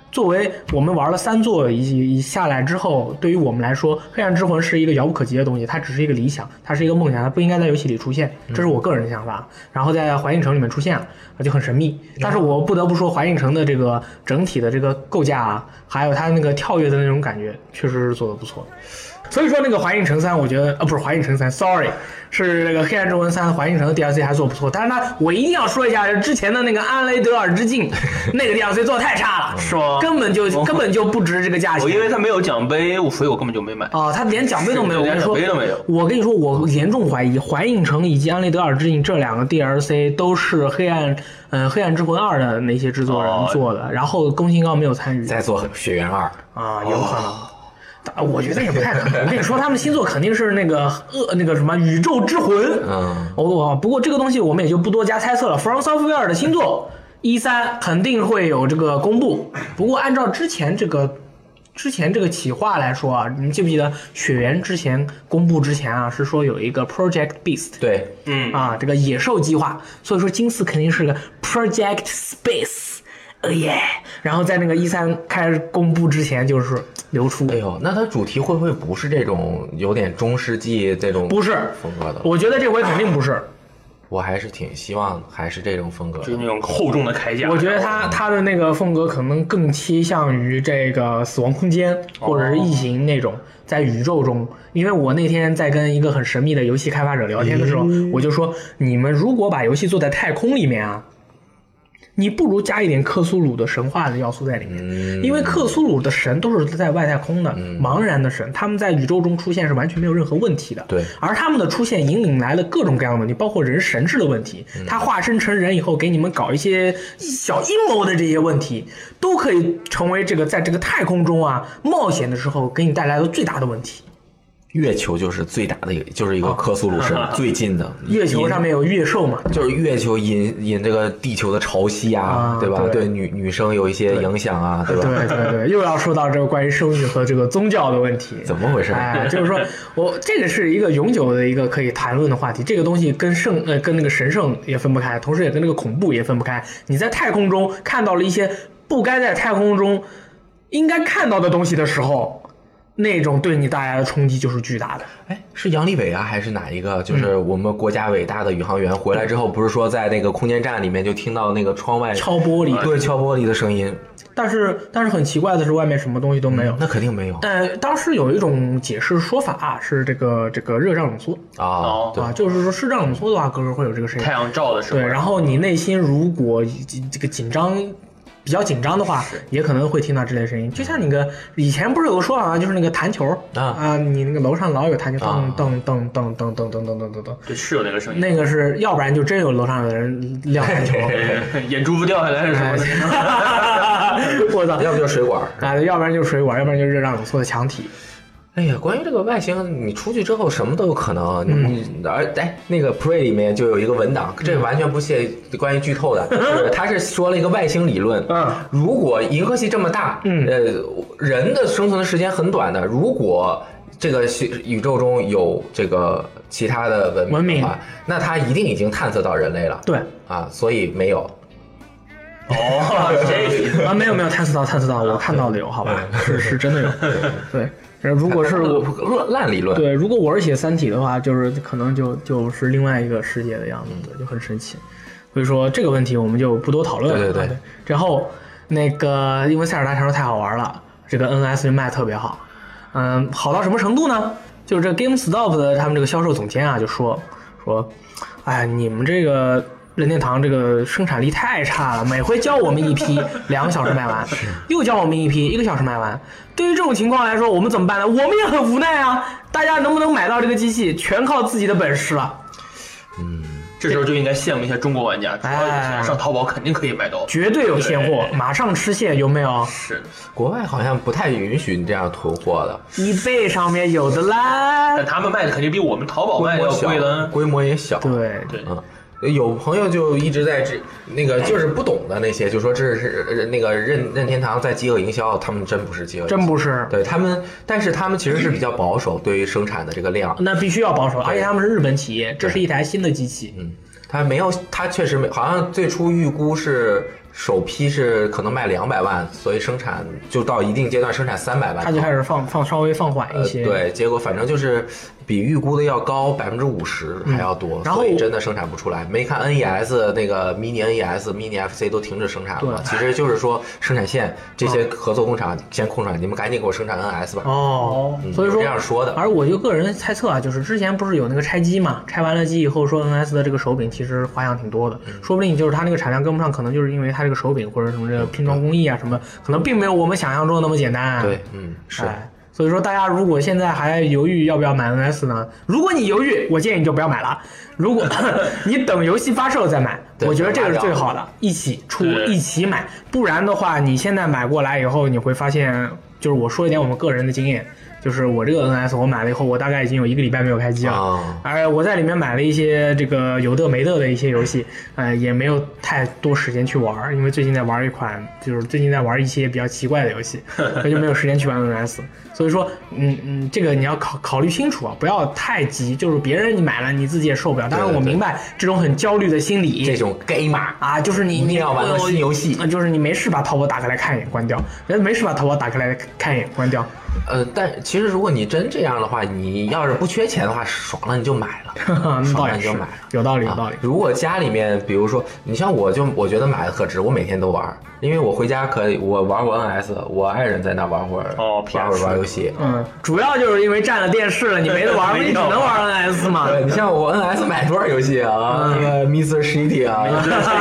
作为我们玩了三座一一下来之后，对于我们来说，《黑暗之魂》是一个遥不可及的东西，它只是一个理想，它是一个梦想，它不应该在游戏里出现，这是我个人的想法。然后在环影城里面出现了，就很神秘。但是我不得不说，环影城的这个整体的这个构架啊，还有它那个跳跃的那种感觉，确实是做的不错。所以说那个环影城三，我觉得呃不是环影城三 ，sorry， 是那个黑暗之魂三环影城的 D L C 还做不错。但是呢，我一定要说一下，之前的那个安雷德尔之境那个 D L C 做的太差了， 是吗？ 根本就根本就不值这个价钱。 我因为它没有奖杯，所以我根本就没买。 哦，他连奖杯都没有，我跟你说， 连奖杯都没有。 我跟你说，我严重怀疑环影城以及安雷德尔之境这两个 D L C 都是黑暗嗯、呃、黑暗之魂二的那些制作人做的，哦、然后宫崎高没有参与。 在做血缘二啊，有可能。哦我觉得也不太可能。我跟你说，他们新作肯定是那个恶那个什么宇宙之魂。 嗯， 哦，不过这个东西我们也就不多加猜测了。From Software 的新作一三肯定会有这个公布。不过按照之前这个之前这个企划来说啊，你们记不记得血缘之前公布之前啊，是说有一个 Project Beast。 对， 嗯啊，这个野兽计划。所以说金四肯定是个 Project Space。呃耶！然后在那个一三开始公布之前，就是流出。 哎呦，那它主题会不会不是这种有点中世纪这种不是风格的？ 我觉得这回肯定不是。 我还是挺希望还是这种风格的， 就是那种厚重的铠甲。 我觉得他他的那个风格可能更倾向于这个死亡空间或者是异形那种，在宇宙中。因为我那天在跟一个很神秘的游戏开发者聊天的时候，嗯、我就说，你们如果把游戏做在太空里面啊。你不如加一点克苏鲁的神话的要素在里面， 嗯、 因为克苏鲁的神都是在外太空的、嗯、茫然的神，他们在宇宙中出现是完全没有任何问题的。 对， 而他们的出现引领来了各种各样的问题，包括人神智的问题。嗯、他化身成人以后，给你们搞一些小阴谋的这些问题，都可以成为这个在这个太空中啊冒险的时候给你带来的最大的问题。 月球就是最大的一个，就是一个克苏鲁神、哦、最近的。 月球上面有月兽嘛， 就是月球引引这个地球的潮汐啊， 啊对吧？ 对对女女生有一些影响啊，对吧？ 对对对，又要说到这个关于生育和这个宗教的问题， 怎么回事？ 哎，就是说我这个是一个永久的一个可以谈论的话题，这个东西跟圣呃跟那个神圣也分不开，同时也跟那个恐怖也分不开。你在太空中看到了一些不该在太空中应该看到的东西的时候。那种对你带来的冲击就是巨大的。 哎，是杨利伟啊，还是哪一个？就是我们国家伟大的宇航员回来之后，不是说在那个空间站里面就听到那个窗外敲玻璃， 对，敲玻璃的声音。 但是但是很奇怪的是，外面什么东西都没有。 嗯、那肯定没有。 呃，当时有一种解释说法、啊、是这个这个热胀冷缩啊， 啊，就是说热胀冷缩的话，哥哥会有这个声音。 太阳照的时候。 对，然后你内心如果这个紧张。比较紧张的话，也可能会听到这类声音。就像那个以前不是有个说法吗？就是那个弹球啊，啊你那个楼上老有弹球，噔噔噔噔噔噔噔噔噔噔噔， 对，是有那个声音。 那个是要不然就真有楼上有人撂弹球， 眼珠子掉下来是什么？ 我操！ 要不就是水管啊，要不然就是水管，要不然就是热胀冷缩的墙体。 哎呀，关于这个外星，你出去之后什么都有可能。你而哎，那个 Prey 里面就有一个文档，这个完全不屑关于剧透的，就是他是说了一个外星理论。 嗯， 如果银河系这么大， 嗯， 呃，人的生存的时间很短的，如果这个宇宙中有这个其他的文明文明的话，那他一定已经探测到人类了。 对啊，所以没有。 哦，这啊，没有没有探测到探测到，我看到的有，好吧，是是真的有，对。如果是我烂理论， 对，如果我是写《三体》的话，就是可能就就是另外一个世界的样子，对，就很神奇。所以说这个问题我们就不多讨论了。 对对对。 对然后那个，因为塞尔达传说太好玩了，这个 N S 就卖特别好，嗯，好到什么程度呢？就是这 GameStop 的他们这个销售总监啊，就说说，哎，你们这个。任天堂这个生产力太差了，每回交我们一批两个小时卖完，又交我们一批一个小时卖完。对于这种情况来说，我们怎么办呢？我们也很无奈啊！大家能不能买到这个机器，全靠自己的本事了。 嗯，这时候就应该羡慕一下中国玩家，哎，上淘宝肯定可以买到， 绝对有现货，马上吃现，有没有？ 是， 国外好像不太允许你这样囤货的。 eBay 上面有的啦， 但他们卖的肯定比我们淘宝卖的要贵了， 规模也小。 对对， 嗯。有朋友就一直在这那个就是不懂的那些，就说这是那个任任天堂在饥饿营销，他们真不是饥饿营销， 真不是。 对他们，但是他们其实是比较保守，对于生产的这个量， 那必须要保守，而且他们是日本企业，这是一台新的机器。 嗯，他没有，他确实没，好像最初预估是首批是可能卖两百万，所以生产就到一定阶段生产三百万， 它就开始放放稍微放缓一些。 呃、对，结果反正就是比预估的要高百分之五十还要多， 嗯、然后所以真的生产不出来。没看 N E S 那个 Mini N E S、Mini F C 都停止生产了，其实就是说生产线这些合作工厂先空出来，你们赶紧给我生产 N S 吧。 哦， 嗯、 所以说这样说的。 而我就个人猜测啊，就是之前不是有那个拆机嘛，拆完了机以后说 N S 的这个手柄其实花样挺多的，嗯、说不定就是它那个产量跟不上，可能就是因为它这个手柄或者什么这个拼装工艺啊什么，可能并没有我们想象中的那么简单、啊。 对，嗯，是。 哎所以说，大家如果现在还犹豫要不要买 N S 呢？如果你犹豫，我建议你就不要买了。如果你等游戏发售再买，我觉得这个是最好的，一起出一起买。不然的话，你现在买过来以后，你会发现，就是我说一点我们个人的经验。就是我这个 N S 我买了以后，我大概已经有一个礼拜没有开机了， 哦、 而我在里面买了一些这个有的没的的一些游戏，呃，也没有太多时间去玩，因为最近在玩一款，就是最近在玩一些比较奇怪的游戏，所以就没有时间去玩 N S。所以说，嗯嗯，这个你要考考虑清楚啊，不要太急，就是别人你买了你自己也受不了。当然我明白这种很焦虑的心理， 这种 gay 码啊，就是你你要玩个新游戏， 就是你没事把淘宝打开来看一眼关掉，人没事把淘宝打开来看一眼关掉。 呃，但其实如果你真这样的话，你要是不缺钱的话，爽了你就买了，爽了你就买了， 有道理，有道理、 啊。如果家里面，比如说你像我就我觉得买的特值，我每天都玩，因为我回家可以我玩会儿 N S， 我爱人在那玩会儿哦， 玩会儿玩游戏。 嗯，主要就是因为占了电视了，你没得玩，你只能玩 N S 嘛。 对，你像我 N S 买多少游戏啊？那个 Mister Shitty 啊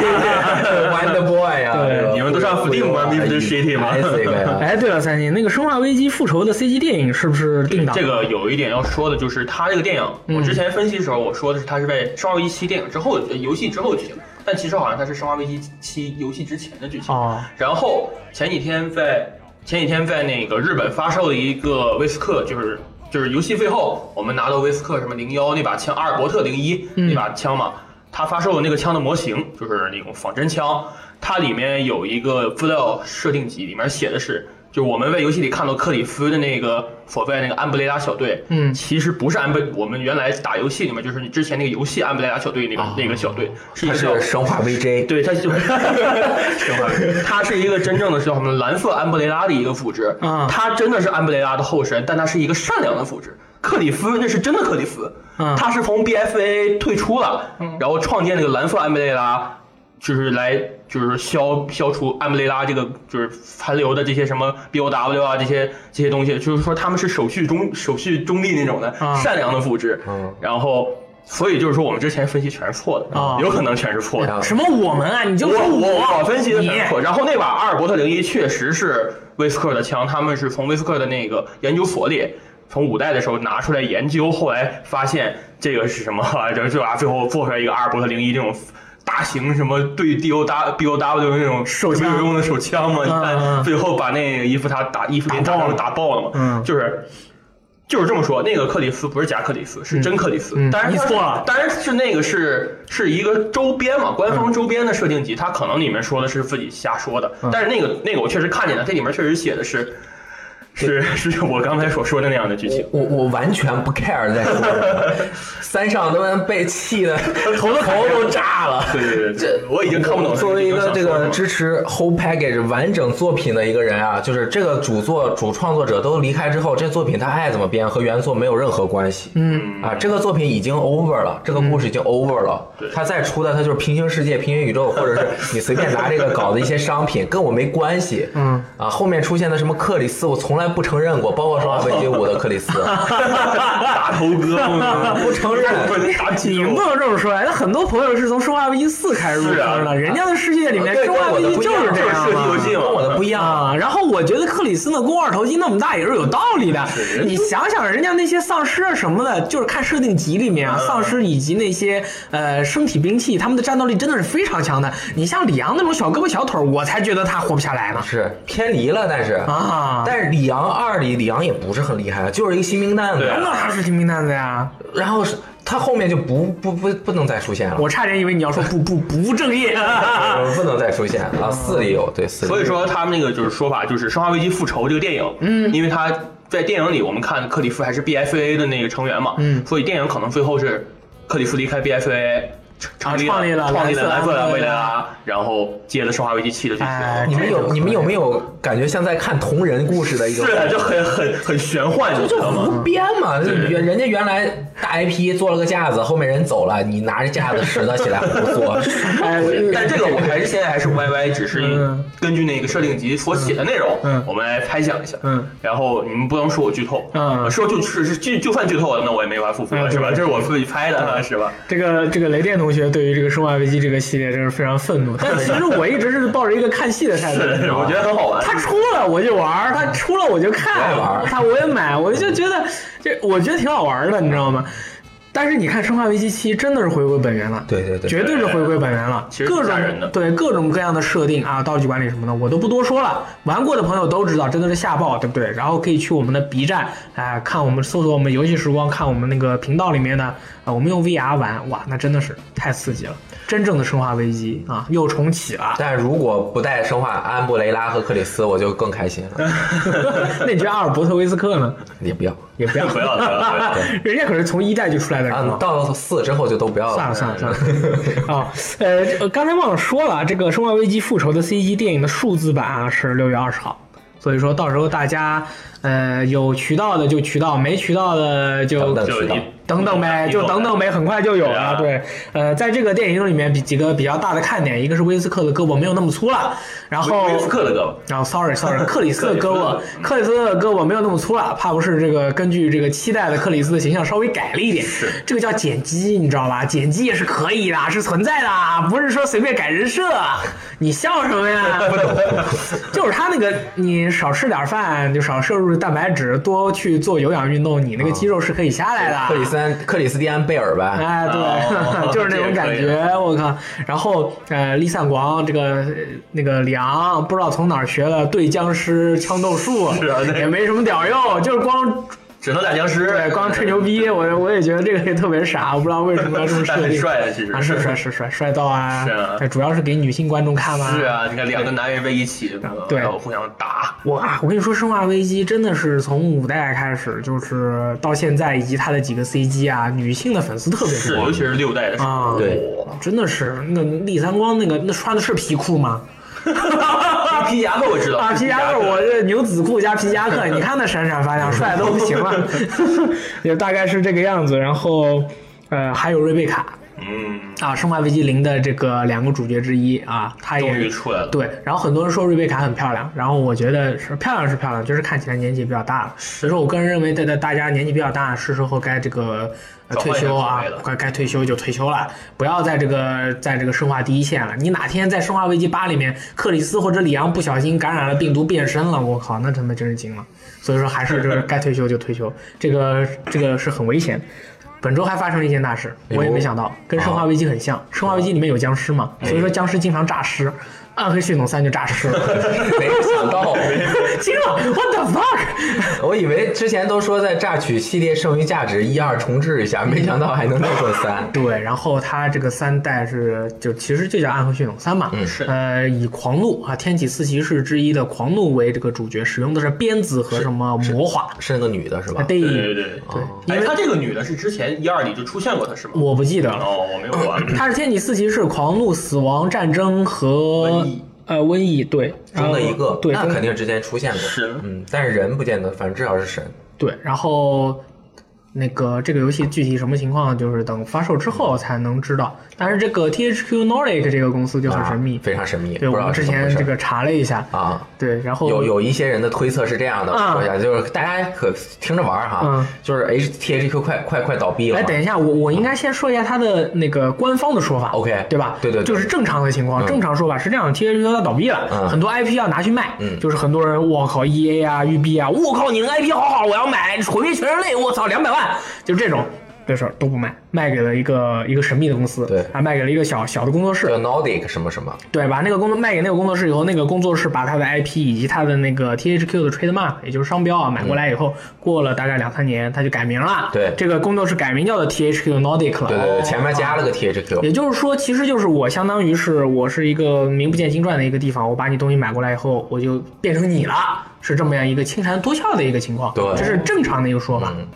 ，Wonder Boy 啊， 对， 你们都上 Steam 玩 Mister Shitty 吗？ 哎，对了，三星那个《生化危机：复仇》的 C G 电影是不是定档？ 这个有一点要说的就是，它这个电影， 嗯、 我之前分析的时候我说的是它是在《生化危机七》电影之后游戏之后的剧情，但其实好像它是《生化危机七》游戏之前的剧情。 哦。 然后前几天在前几天在那个日本发售了一个威斯克，就是就是游戏最后我们拿到威斯克什么零幺那把枪，阿尔伯特零一那把枪嘛，它发售的那个枪的模型就是那种仿真枪，它里面有一个资料设定集，里面写的是。就我们在游戏里看到克里夫的那个所在那个安布雷拉小队， 嗯， 其实不是安布，我们原来打游戏里面就是你之前那个游戏安布雷拉小队那个、哦、那个小队，是一个是生化 V J， 对，它就是生化 V J， 它是一个真正的叫什么蓝色安布雷拉的一个组织， 啊、嗯， 它真的是安布雷拉的后身，但它是一个善良的组织。克里夫那是真的克里夫， 嗯， 他是从 B F A 退出了，嗯，然后创建那个蓝色安布雷拉。就是来，就是消消除安布雷拉这个就是残留的这些什么 B O W 啊，这些这些东西，就是说他们是手续中手续中立那种的、 啊、 善良的组织。 嗯， 然后所以就是说我们之前分析全是错的， 啊， 有可能全是错的。 什么我们啊？你就说我我分析的全是错。然后那把阿尔伯特零一确实是威斯克的枪，他们是从威斯克的那个研究所里。从五代的时候拿出来研究，后来发现这个是什么，然后就把最后做出来一个阿尔伯特零一这种大型什么对 D O W B O W 那种手枪有用的手枪嘛，你看最后把那个衣服他打衣服给打成打爆了嘛， 嗯， 就是就是这么说，那个克里斯不是假克里斯，是真克里斯， 嗯、 当然你错了， 当然是那个是是一个周边嘛，官方周边的设定集，他可能里面说的是自己瞎说的， 嗯、 但是那个那个我确实看见了，这里面确实写的是。是是我刚才所说的那样的剧情， 我我完全不 care 在说什么，三上他们被气的头都头都炸了。 对对对，这我已经看不懂。 作为一个这个支持 whole package 完整作品的一个人啊，就是这个主作主创作者都离开之后，这作品他爱怎么编和原作没有任何关系。 嗯啊，这个作品已经 over 了，这个故事已经 over 了。 嗯、 他再出的他就是平行世界、平行宇宙，或者是你随便拿这个搞的一些商品，跟我没关系。 嗯啊，后面出现的什么克里斯，我从来不承认过，包括说维基五的克里斯， 大头哥不承认。 你们不能这么说呀！那很多朋友是从《生化危机四》开始入坑的，人家的世界里面《生化危机》就是这样嘛， 跟我的不一样啊。然后我觉得克里斯的肱二头肌那么大也是有道理的。你想想，人家那些丧尸啊什么的，就是看设定集里面啊，丧尸以及那些呃生体兵器，他们的战斗力真的是非常强的。你像里昂那种小胳膊小腿，我才觉得他活不下来呢。 是偏离了，但是啊， 但是里昂二里里昂也不是很厉害，就是一个新兵蛋子。 那他是新兵蛋子呀。 然后是他后面就不不不不能再出现了。 我差点以为你要说不不不正业， 不能再出现啊。四里有对四里。 所以说他们那个就是说法，就是《生化危机：复仇》这个电影， 嗯， 因为他在电影里我们看克里夫还是 B F A 的那个成员嘛， 嗯， 所以电影可能最后是克里夫离开 B F A。 成立创立了创立了蓝色蓝色维莱拉，然后接了《生化危机七》的剧哎情。 你们有你们有没有感觉像在看同人故事的一种？ 是，就很很很玄幻，你知道吗？ 胡编嘛，人人家原来大 I P 做了个架子，后面人走了，你拿着架子拾掇起来胡做。 哎， 但这个我还是现在还是 Y Y， 只是嗯根据那个设定集所写的内容， 嗯我们来猜想一下。 嗯， 然后你们不能说我剧透， 嗯说就是是就就算剧透了，那我也没法复复了， 嗯是吧？ 对这是我自己拍的，是吧？ 这个这个雷电同学对于这个《生化危机》这个系列真是非常愤怒，但其实我一直是抱着一个看戏的态度， 是，我觉得很好玩。 他出了我就玩，他出了我就看， 我也玩他我也买，我就觉得这我觉得挺好玩的，你知道吗？但是你看《生化危机七》真的是回归本源了， 对对对， 绝对是回归本源了， 其实挺各种吓人的对各种各样的设定啊，道具管理什么的，我都不多说了。玩过的朋友都知道，真的是吓爆，对不对？然后可以去我们的 B 站，哎、看我们搜索我们游戏时光，看我们那个频道里面的，啊，我们用 V R 玩，哇，那真的是太刺激了，真正的生化危机啊，又重启了。 但如果不带生化安布雷拉和克里斯，我就更开心了。 那你觉得阿尔伯特威斯克呢？ 也不要也不要， 不要不要不要人家可是从一代就出来的人啊了，。 到四之后就都不要了。 算了算了算了，啊，呃，呃刚才忘了说了，这个《生化危机：复仇》的 C G 电影的数字版啊是六月二十号，所以说到时候大家呃有渠道的就渠道，没渠道的就就等等渠道你等等呗，就等等呗，很快就有了。 对对，呃，在这个电影里面比几个比较大的看点，一个是威斯克的胳膊没有那么粗了，然后威斯克的胳膊。 然后 sorry sorry，克里斯的胳膊，克里斯的胳膊没有那么粗了，怕不是这个根据这个期待的克里斯的形象稍微改了一点。 是， 这个叫剪辑，你知道吧？剪辑也是可以的，是存在的，不是说随便改人设。你笑什么呀？不懂，就是他那个，你少吃点饭，就少摄入蛋白质，多去做有氧运动，你那个肌肉是可以下来的。 克里斯安克里斯蒂安贝尔吧。 哎，对， 哦就是那种感这觉，我靠！然后呃，李散光这个呃那个里昂不知道从哪儿学了对僵尸枪斗术， 是啊那也没什么屌用，就是光只能打僵尸， 对光吹牛逼。我我也觉得这个也特别傻，我不知道为什么要这么设但很定。 帅的，其实啊，是帅是帅，帅到啊！ 是啊对，主要是给女性观众看嘛。 是啊，你看两个男人在一起， 对然后互相打。 哇，我跟你说，《生化危机》真的是从五代开始，就是到现在，以及它的几个 C G 啊，女性的粉丝特别是， 多尤其是六代的时候， 啊。 对哇真的是那个李三光那个那穿的是皮裤吗？ 皮夹克我知道啊，皮夹克，我这牛仔裤加皮夹克，你看那闪闪发亮，帅的都不行了，也大概是这个样子。然后，呃，还有瑞贝卡嗯， 啊，《生化危机零》的这个两个主角之一啊，她终于也出来了。 对。然后很多人说瑞贝卡很漂亮，然后我觉得是漂亮是漂亮，就是看起来年纪比较大了。所以说我个人认为，在在大家年纪比较大，是时候该这个。呃退转换一下休啊口味了， 该该退休就退休了，不要在这个在这个生化第一线了。你哪天在《生化危机八》里面，克里斯或者里昂不小心感染了病毒变身了，我靠，那他妈真是惊了。所以说还是就是该退休就退休，这个这个是很危险。本周还发生了一件大事，我也没想到，跟《生化危机》很像，《生化危机》里面有僵尸嘛，所以说僵尸经常诈尸。暗黑系统三就诈尸了， 没想到， 惊了 ，What the fuck！ 我以为之前都说在榨取系列剩余价值一二重置一下，没想到还能弄出三。 对，然后它这个三代是就其实就叫暗黑血统三嘛， 嗯是呃，以狂怒啊天启四骑士之一的狂怒为这个主角，使用的是鞭子和什么魔法， 是那个女的是吧？ 对对对对对，因哎， 为她这个女的是之前一二里就出现过，她是吗？ 我不记得了， 哦，我没有玩。 它是天启四骑士、狂怒、死亡、战争和瘟疫呃瘟疫对中的一个， 对，中那肯定之前出现过。 是嗯，但是人不见得，反正至少是神。 对，然后那个这个游戏具体什么情况，就是等发售之后才能知道。但是这个 T H Q Nordic 这个公司就很神秘， 啊非常神秘。 对， 不知道我们之是怎么回事前这个查了一下啊， 对，然后有有一些人的推测是这样的， 啊说一下，就是大家可听着玩哈， 嗯就是 H T H Q 快快快倒闭了哎， 嘛。 等一下，我我应该先说一下它的那个官方的说法 OK 对吧？ 对对对就是正常的情况， 嗯正常说法是这样 ，T H Q 它倒闭了， 嗯很多 I P 要拿去卖， 嗯就是很多人，我靠 E A 啊、育碧啊，我靠你的 I P 好好，我要买，毁灭全人类，我操两百万，就是这种。这事儿都不卖，卖给了一个一个神秘的公司， 对还卖给了一个小小的工作室， 叫 Nordic 什么什么， 对，把那个工作卖给那个工作室以后，那个工作室把他的 I P 以及他的那个 T H Q 的 trademark， 也就是商标啊，买过来以后，过了大概两三年，他就改名了。 对这个工作室改名叫做 T H Q Nordic 了。 对对对，前面加了个 T H Q， 也就是说，其实就是我相当于是我是一个名不见经传的一个地方，我把你东西买过来以后，我就变成你了，是这么样一个亲缠多效的一个情况。 对这是正常的一个说法。 嗯。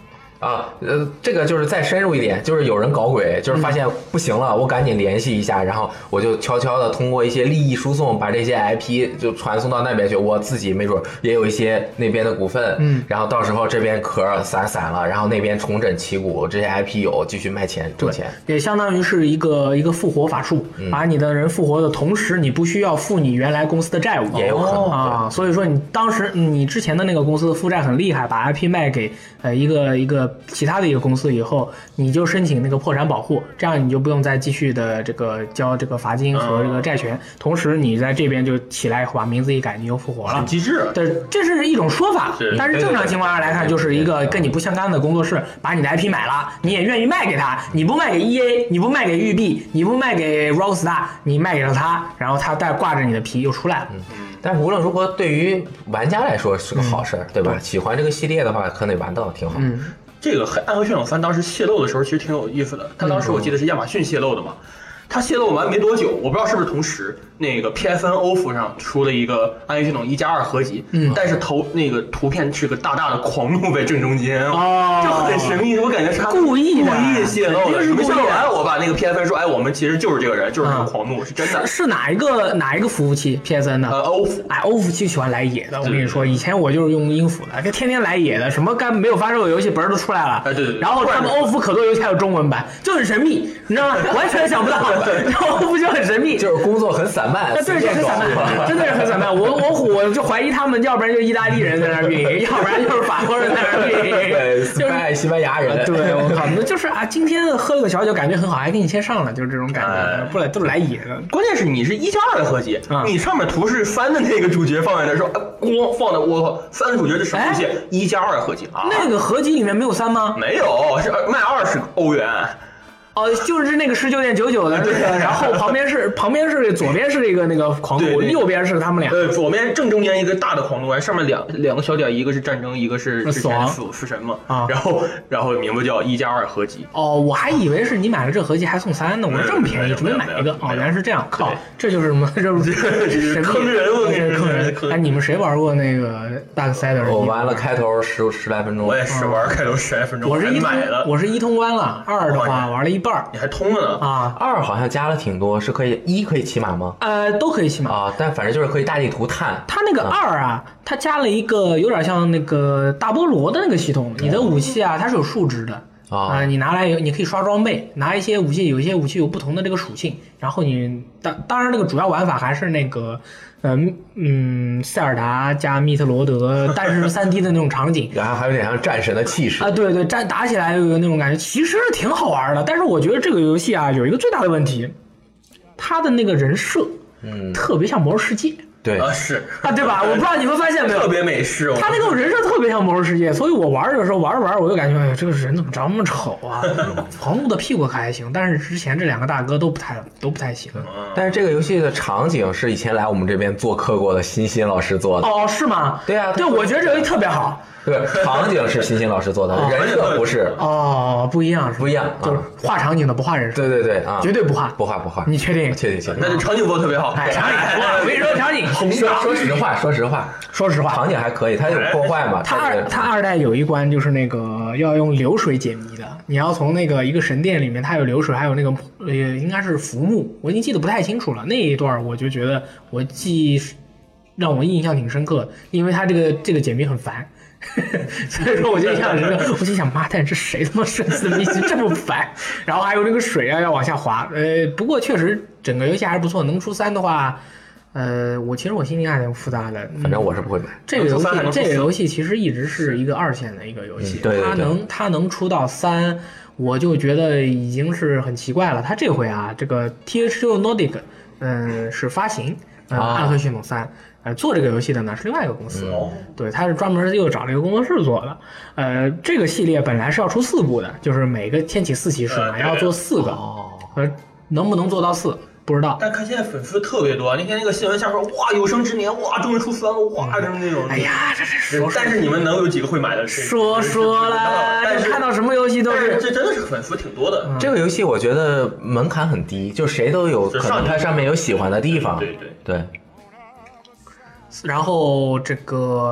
啊，呃，这个就是再深入一点，就是有人搞鬼，就是发现不行了，我赶紧联系一下，然后我就悄悄的通过一些利益输送，把这些 I P 就传送到那边去，我自己没准也有一些那边的股份，嗯，然后到时候这边壳散散了，然后那边重整旗鼓，这些 I P 有继续卖钱挣钱， 也相当于是一个一个复活法术，嗯、把你的人复活的同时，你不需要付你原来公司的债务， 也有可能啊，所以说你当时你之前的那个公司的负债很厉害，把 I P 卖给呃一个一个其他的一个公司以后，你就申请那个破产保护，这样你就不用再继续的这个交这个罚金和这个债权，嗯、同时你在这边就起来以后把名字一改，你又复活了， 很机智。 对，这是一种说法，但是正常情况下来看，就是一个跟你不相干的工作室把你的 I P 买了，你也愿意卖给他，你不卖给 E A， 你不卖给育碧，你不卖给 Rockstar， 你卖给了他，然后他再挂着你的皮又出来了。嗯但无论如何，对于玩家来说是个好事儿，嗯、对吧？喜欢这个系列的话，可能玩到挺好。 嗯， 这个《暗黑血统三》当时泄露的时候，其实挺有意思的。它当时我记得是亚马逊泄露的嘛。它泄露完没多久，我不知道是不是同时，那个 P S N O F 上出了一个《暗黑血统一加二》合集，嗯，但是头那个图片是个大大的狂怒在正中间，哦，就很神秘，我感觉是他故意故意泄露的。 是没泄露完，我把那个 P S N 说，哎，我们其实就是这个人，就是这个狂怒， 嗯、 是真的。 是, 是哪一个哪一个服务器 P S N 的？ 呃 ，O F， 哎 ，O F 就喜欢来野的。我跟你说，以前我就是用音符的，就天天来野的，什么刚没有发售的游戏本儿都出来了。 哎，对对对。 然后他们 O F 可多游戏还有中文版，就很神秘，你知道吗？完全想不到。然后 O F 就很神秘， 就是工作很散漫， 对，就很散漫，真的是很散漫。我我我就怀疑他们，要不然就意大利人在那儿运营，要不然就是法国人在那儿运营， 对，就是西班牙人。 对，我靠，那就是啊，今天喝了个小酒，感觉很好，还给你先上了，就是这种感觉，不来都是来野的。 关键是你是一加二的合集，你上面图是三的那个主角放在那说，咣放的，我靠，三的主角这什么东西？一加二合集啊？ 那个合集里面没有三吗？ 没有，是卖二十欧元。 哦，就是那个十九点九九的这个，然后旁边是旁边是左边是一个那个狂怒，右边是他们俩。 对，左边正中间一个大的狂怒，上面两两个小点，一个是战争，一个是之前死死神嘛。啊，然后然后名字叫一加二合集。 哦，我还以为是你买了这合集还送三呢，我说这么便宜，准备买一个。哦，原来是这样，靠，这就是什么？这不是坑人，我跟你坑人。哎，你们谁玩过那个 Darksiders？ 我玩了开头十十来分钟。 我也是玩开头十来分钟。 我是一买了， 我是一通关了，二的话玩了一半。 你还通了呢？ 啊， 二好像加了挺多，是可以一可以骑马吗？ 呃，都可以骑马啊，但反正就是可以大地图探。 它那个二啊，它加了一个有点像那个大菠萝的那个系统，你的武器啊，它是有数值的啊、呃，你拿来你可以刷装备，拿一些武器，有一些武器有不同的这个属性，然后你当当然那个主要玩法还是那个。嗯嗯，塞尔达加密特罗德，但是三 D 的那种场景， 然后还有点像战神的气势啊，对对，战打起来有那种感觉，其实挺好玩的。但是我觉得这个游戏啊，有一个最大的问题，它的那个人设，嗯，特别像魔兽世界。 对啊，是啊，对吧？我不知道你们发现没有， 特别美式。 他那个人设特别像魔兽世界，所以我玩的时候玩着玩着，我就感觉，哎呀，这个人怎么这么丑啊？狂怒的屁股还行，但是之前这两个大哥都不太都不太行。 但是这个游戏的场景是以前来我们这边做客过的欣欣老师做的。 哦，是吗？ 对啊， 对，我觉得这个游戏特别好。 对，场景是欣欣老师做的，人设不是。 哦，不一样， 不一样， 就是画场景的不画人设。 对对对啊， 绝对不画， 不画不画。 你确定？ 确定确定。 那这场景做的特别好。 哎，场景，我跟你说，场景。 说说实话，说实话， 说实话， 场景还可以，它有破坏嘛。 它二它二代有一关就是那个要用流水解谜的，你要从那个一个神殿里面，它有流水，还有那个呃应该是浮木，我已经记得不太清楚了。那一段我就觉得我记让我印象挺深刻的，因为它这个这个解谜很烦。所以说我就印象深刻，我就想妈蛋，这谁他妈设计的谜题这么烦？然后还有那个水啊要往下滑，呃，不过确实整个游戏还是不错，能出三的话。呃，我其实我心里还挺复杂的， 反正我是不会买。 这个游戏，这个游戏其实一直是一个二线的一个游戏， 嗯、对对对， 它能它能出到三，我就觉得已经是很奇怪了。它这回啊，这个 T H Q Nordic， 嗯，是发行呃《暗黑血统三》，呃，做这个游戏的呢是另外一个公司， 嗯、 对，它是专门又找了一个工作室做的。呃，这个系列本来是要出四部的，就是每个天启四骑士嘛，呃、要做四个， 哦， 呃，能不能做到四？不知道， 但看现在粉丝特别多。那天那个新闻下说，哇，有生之年，哇，终于出三了，哇，什么那种。 哎呀，这是说。 但是你们能有几个会买的？ 说说了，但是看到什么游戏都是。 这真的是粉丝挺多的。 嗯、这个游戏我觉得门槛很低，就谁都有可能它上面有喜欢的地方。 对对对。 然后这个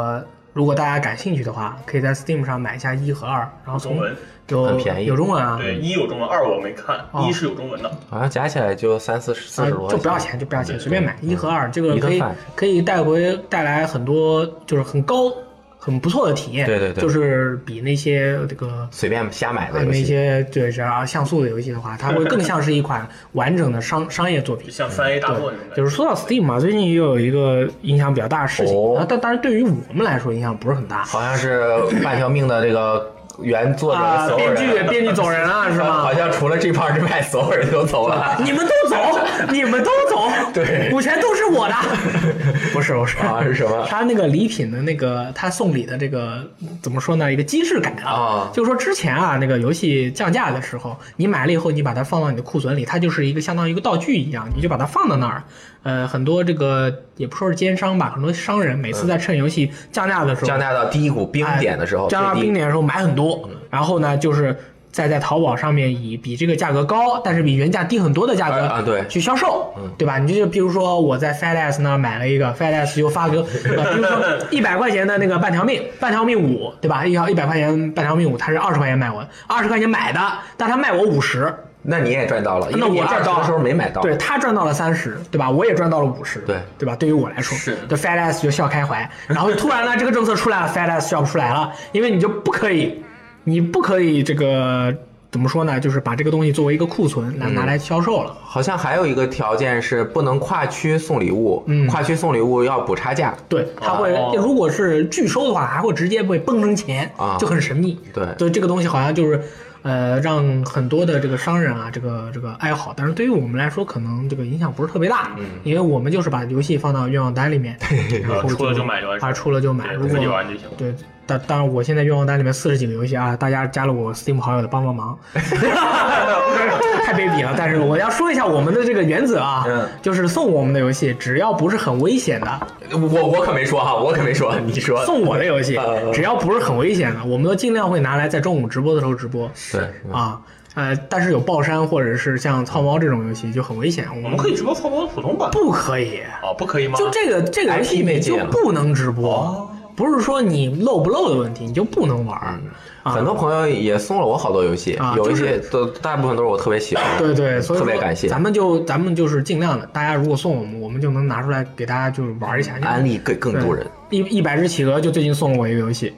如果大家感兴趣的话，可以在 Steam 上买一下一和二，然后从中文有很便宜有中文啊， 对，一有中文，二我没看， 哦一是有中文的。 好像加起来就三四十四啊十多， 就不要钱，就不要钱，随便买一和二，这个可以一顿饭可以带回带来很多就是很高很不错的体验， 对对对就是比那些这个。 随便瞎买的啊，那游戏。 些对只要像素的游戏的话，它会更像是一款完整的商商业作品就。像三 A 大作那种感觉。 就是说到 Steam 嘛，最近也有一个影响比较大的事情， 哦啊但但是对于我们来说影响不是很大。 好像是半条命的这个原作者啊， 所有人， 编剧编剧走人了是吗？ 好像除了这盘之外，所有人都走了。 你们都走，你们都走， 对股权都是我的。不是不是啊是什么他那个礼品的那个他送礼的这个怎么说呢？一个机制改了啊就是说之前啊，那个游戏降价的时候，你买了以后，你把它放到你的库存里，它就是一个相当于一个道具一样，你就把它放到那儿。呃，很多这个也不说是奸商吧，很多商人每次在趁游戏降价的时候， 降价到低谷冰点的时候， 哎降到最低冰点的时候买很多，然后呢，就是再在淘宝上面以比这个价格高，但是比原价低很多的价格啊啊对去销售，对吧？你就比如说我在 FedEx 那儿买了一个 FedEx 就发给我，呃比如说一百块钱的那个半条命，半条命五，对吧？要一百块钱半条命五，它是二十块钱卖我，二十块钱买的，但他卖我五十。 那你也赚到了，因那为你我赚到了二十的时候没买到。 对他赚到了三十，对吧？我也赚到了五十， 对对吧？对于我来说， 是对 FedEx 就笑开怀。然后突然呢，这个政策出来了，FedEx 笑不出来了，因为你就不可以，你不可以这个怎么说呢？就是把这个东西作为一个库存拿拿来销售了。 好像还有一个条件是不能跨区送礼物， 嗯跨区送礼物要补差价。 对，它会、 哦如果是拒收的话，还会直接被崩成钱， 啊就很神秘。 对对，这个东西好像就是。呃，让很多的这个商人啊，这个这个哀嚎，但是对于我们来说，可能这个影响不是特别大，嗯，因为我们就是把游戏放到愿望单里面，然后出了就买就完事啊，出了就买，如果对自己玩就行对，当当然我现在愿望单里面四十几个游戏啊，大家加了我 Steam 好友的帮帮忙，太卑鄙了。但是我要说一下我们的这个原则啊， 嗯就是送我们的游戏，只要不是很危险的， 我我可没说哈，我可没说，你说。 送我的游戏呃， 只要不是很危险的，我们都尽量会拿来在中午直播的时候直播。 对啊，呃，但是有爆山或者是像操猫这种游戏就很危险，我我们可以直播操作普通版。 不可以。 哦，不可以吗？ 就这个这个游戏 I P 你就被禁了不能直播， 哦不是说你漏不漏的问题，你就不能玩儿。啊很多朋友也送了我好多游戏，有一啊就是些都大部分都是我特别喜欢的。 对对，所以说特别感谢咱们就咱们就是尽量的，大家如果送我们，我们就能拿出来给大家就是玩一下， 安利给更多人。 一一百只企鹅就最近送了我一个游戏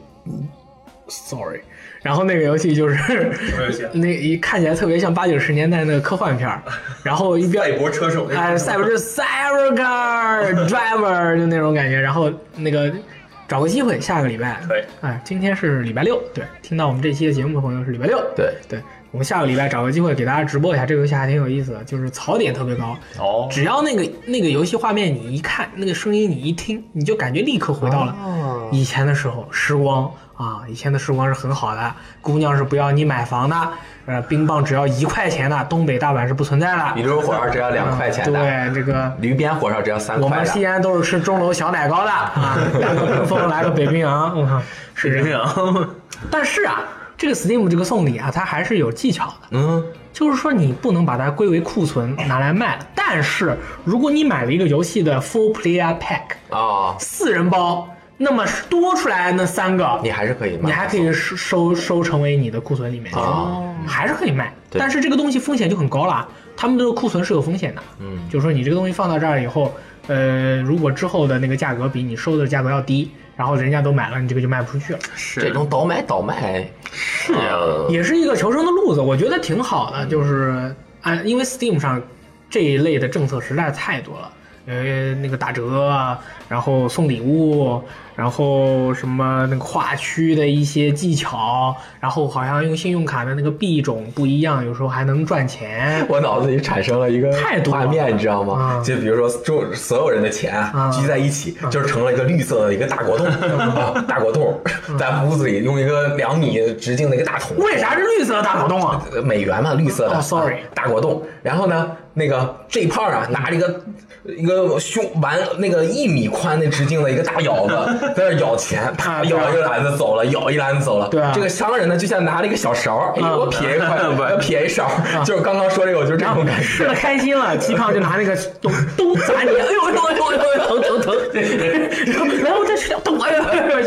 ，sorry，然后那个游戏就是什么游戏啊那一看起来特别像八九十年代那个科幻片儿，然后一边赛博车手那种哎，赛博就是 Cyber Car Driver 就那种感觉，然后那个找个机会下个礼拜， 可以哎，今天是礼拜六，对，听到我们这期的节目的朋友是礼拜六， 对对，我们下个礼拜找个机会给大家直播一下，这个游戏还挺有意思的，就是槽点特别高， 哦， 只要那个那个游戏画面你一看，那个声音你一听，你就感觉立刻回到了哦以前的时候，时光啊，以前的时光是很好的，姑娘是不要你买房的，呃，冰棒只要一块钱的，东北大阪是不存在的， 宇宙火烧只要两块钱的， 对这个。 驴鞭火烧只要三块的。 我们西安都是吃钟楼小奶糕的啊，来个冰峰，来个北冰洋，我靠，是这样。 样。 但是啊，这个 Steam 这个送礼啊，它还是有技巧的。 嗯， 就是说你不能把它归为库存拿来卖，但是如果你买了一个游戏的 Full Player Pack 哦， 四人包，那么多出来那三个， 你还是可以卖， 你还可以收收收成为你的库存里面去， 哦还是可以卖。 对但是这个东西风险就很高了，他们这个库存是有风险的。 嗯， 就是说你这个东西放到这儿以后，呃，如果之后的那个价格比你收的价格要低，然后人家都买了，你这个就卖不出去了。 是这种倒买倒卖是呀， 也是一个求生的路子，我觉得挺好的。就是按因为 Steam 上这一类的政策实在太多了，呃，那个打折啊，然后送礼物，然后什么那个跨区的一些技巧，然后好像用信用卡的那个币种不一样，有时候还能赚钱。 我脑子里产生了一个太多了画面，你知道吗？ 啊就比如说，就所有人的钱啊聚在一起，就是成了一个绿色的一个大果冻啊，大果冻，在屋子里用一个两米直径的一个大桶。 为啥是绿色的大果冻啊？ 呃美元嘛，绿色的。 哦，sorry 啊大果冻。然后呢，那个这胖啊，拿着一个一个胸完那个一米宽的直径的一个大舀子，在那舀钱，啪啊对啊舀一篮子走了，舀一篮子走了。 对啊这个商人呢，就像拿了一个小勺，哎啊呦，我撇一块，我撇一勺，就是刚刚说这个，我就是这然后种感觉。 吃的开心了，鸡胖就拿那个咚咚砸你，哎呦哎呦哎呦哎呦疼疼疼，然后然后再吃掉咚，哎呦哎呦，就这种很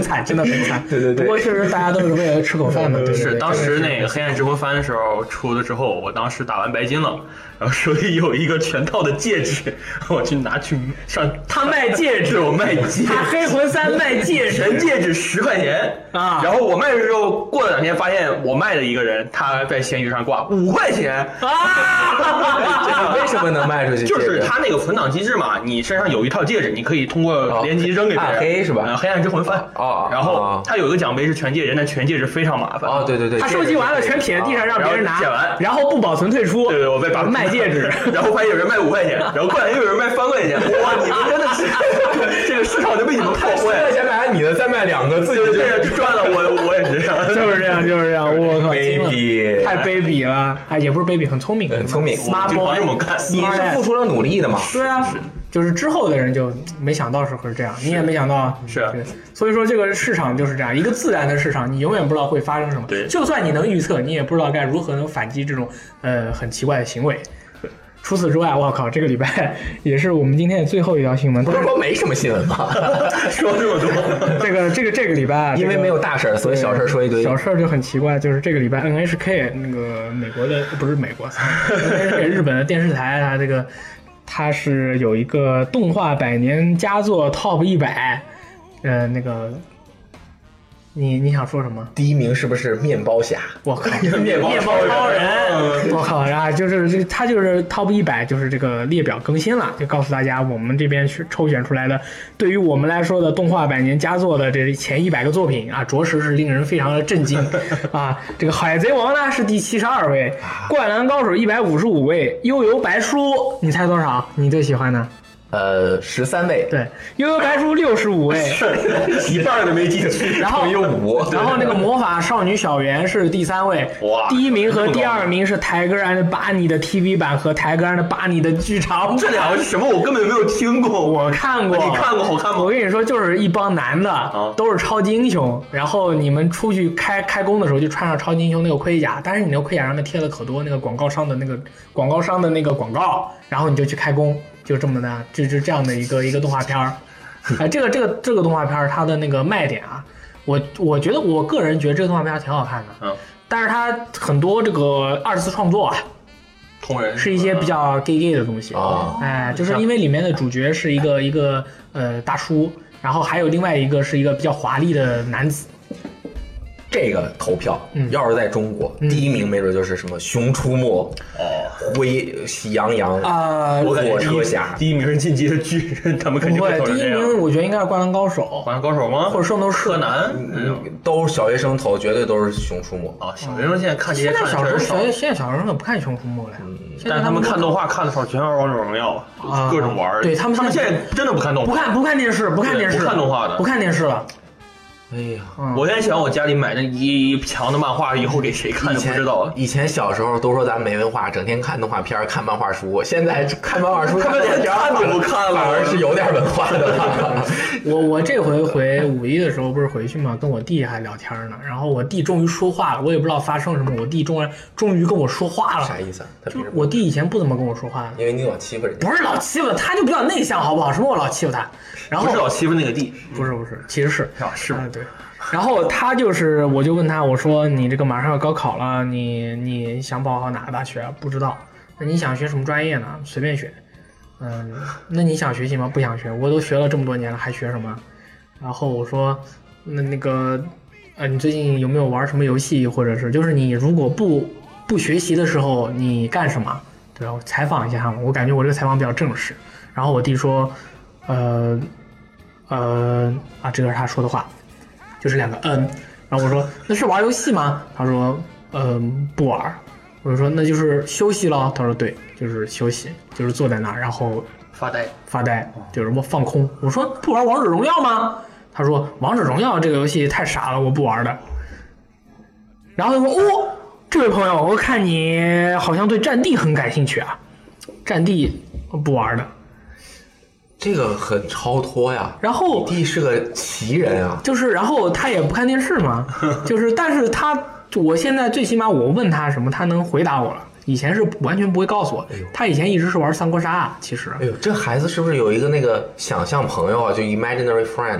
惨，真的很惨。 对对对不过确实大家都是为了吃口饭嘛。对对对是当时那个《黑暗之魂番》的时候出了之后，我当时打完白金了，然后手里有一个全套的戒指，我去拿去上。 他卖戒指， 我卖戒指， 他黑魂三卖戒指， 全戒指十块钱啊。 然后我卖的时候，过了两天发现我卖的一个人他在闲鱼上挂五块钱啊。 这个为什么能卖出去？ 就是他那个存档机制嘛，你身上有一套戒指，你可以通过联机扔给别人。 暗黑是吧？ 呃黑暗之魂番哦。 然后他有一个奖杯是全戒指，但全戒指非常麻烦。 哦，对对对。 他收集完了全撇在地上让别人拿， 剪完， 然后不保存退出。 对对，我被把卖戒指， 然后发现有人卖五块钱，然后过两天有人卖三块钱。哇，你们真的是这个市场就被你们泡坏了。 先买你的，再卖两个，自己这样赚了。我我也是这样， 就是这样，就是这样。我靠， 卑鄙， 太卑鄙了！哎，也不是卑鄙，很聪明， 很聪明。 Smart boy， 这么干， 你是付出了努力的嘛？ 对啊，就是之后的人就没想到是会这样，你也没想到是。 所以说这个市场就是这样，一个自然的市场，你永远不知道会发生什么。 对， 就算你能预测，你也不知道该如何能反击这种呃很奇怪的行为。除此之外，我靠，这个礼拜也是我们今天的最后一条新闻。 不是说没什么新闻吗？ 说这么多， 这个这个这个礼拜， 因为没有大事儿，所以小事说一堆。 小事就很奇怪，就是这个礼拜 N H K 那个美国的不是美国 ，N H K 日本的电视台，它这个它是有一个动画百年佳作 Top 一百，呃，那个。你你想说什么？ 第一名是不是面包侠？ 我靠， 面包超人！我靠，然后就是这他就是 Top 一百，就是这个列表更新了，就告诉大家我们这边去抽选出来的，对于我们来说的动画百年佳作的这前一百个作品啊，着实是令人非常的震惊啊！这个海贼王呢是第七十二位，灌篮高手一百五十五位，悠游白书你猜多少？你最喜欢的？ 呃，十三位， 对，悠悠白书六十五位， 一半都没进去， 然后有五， 然后那个魔法少女小圆是第三位， 哇， 第一名和第二名是 Tiger and Bunny 的 T V 版和 Tiger and Bunny 的剧场， 这两个是什么？我根本没有听过， 我看过， 你看过？好看吗？ 我跟你说，就是一帮男的， 啊、 都是超级英雄，然后你们出去开开工的时候就穿上超级英雄那个盔甲，但是你那个盔甲上面贴了可多那个广告商的那个广告商的那个广告，然后你就去开工。就这么的，就就这样的一个一个动画片儿，哎，这个这个这个动画片儿它的那个卖点啊，我我觉得我个人觉得这个动画片儿挺好看的， 嗯， 但是它很多这个二次创作啊， 同人是一些比较 gay gay 的东西， 哦， 哎，就是因为里面的主角是一个一个呃大叔，然后还有另外一个是一个比较华丽的男子。 这个投票， 嗯、 要是在中国，嗯、第一名没准就是什么《熊出没》 哦， 灰喜羊羊啊， 火车侠， 第一名是进击的巨人，他们肯定不会。第一名我觉得应该是《灌篮高手》，《 灌篮高手》吗？ 或者《圣斗士》 柯南， 嗯，都是小学生投，绝对都是《熊出没》 啊。小学生现在看这些， 现在小时候小现在小学生可不看《熊出没》了， 嗯， 但他们看动画看的时候全玩《王者荣耀》啊，各种玩。 对他们他们现在真的不看动画， 不看不看电视，不看电视， 不看动画的， 不看电视了。 哎呀， 嗯、 我现在想我家里买那一墙的漫画，以后给谁看都不知道。 以前小时候都说咱没文化，整天看动画片、看漫画书。现在看漫画书， 他们连看都不看了， 反而是有点文化的了。 我我这回回五一的时候不是回去嘛，跟我弟还聊天呢。然后我弟终于说话了，我也不知道发生什么，我弟终于终于跟我说话了。 啥意思啊？他就是我弟以前不怎么跟我说话的， 因为你老欺负人家。 不是老欺负他，就比较内向，好不好？什么我老欺负他？然后不是老欺负那个弟， 不是不是，其实是啊是吧？ 对。然后他就是，我就问他，我说你这个马上要高考了，你你想报考哪个大学？不知道。那你想学什么专业呢？随便选。嗯，那你想学习吗？不想学。我都学了这么多年了，还学什么？然后我说，那那个，呃，你最近有没有玩什么游戏？或者是就是你如果不不学习的时候，你干什么？对吧？我采访一下我，我感觉我这个采访比较正式。然后我弟说，呃呃啊，这个是他说的话。就是两个嗯，然后我说那是玩游戏吗？他说嗯、呃、不玩。我就说那就是休息咯。他说对，就是休息，就是坐在那儿然后发呆发呆，就是我放空。我说不玩王者荣耀吗？他说王者荣耀这个游戏太傻了，我不玩的。然后他说哦，这位朋友，我看你好像对战地很感兴趣啊，战地不玩的。 这个很超脱呀， 然后你弟是个奇人啊， 就是，然后他也不看电视嘛，就是，但是他，我现在最起码我问他什么，他能回答我了。以前是完全不会告诉我， 哎、 他以前一直是玩三国杀，其实。 哎呦，这孩子是不是有一个那个想象朋友啊？就 imaginary friend。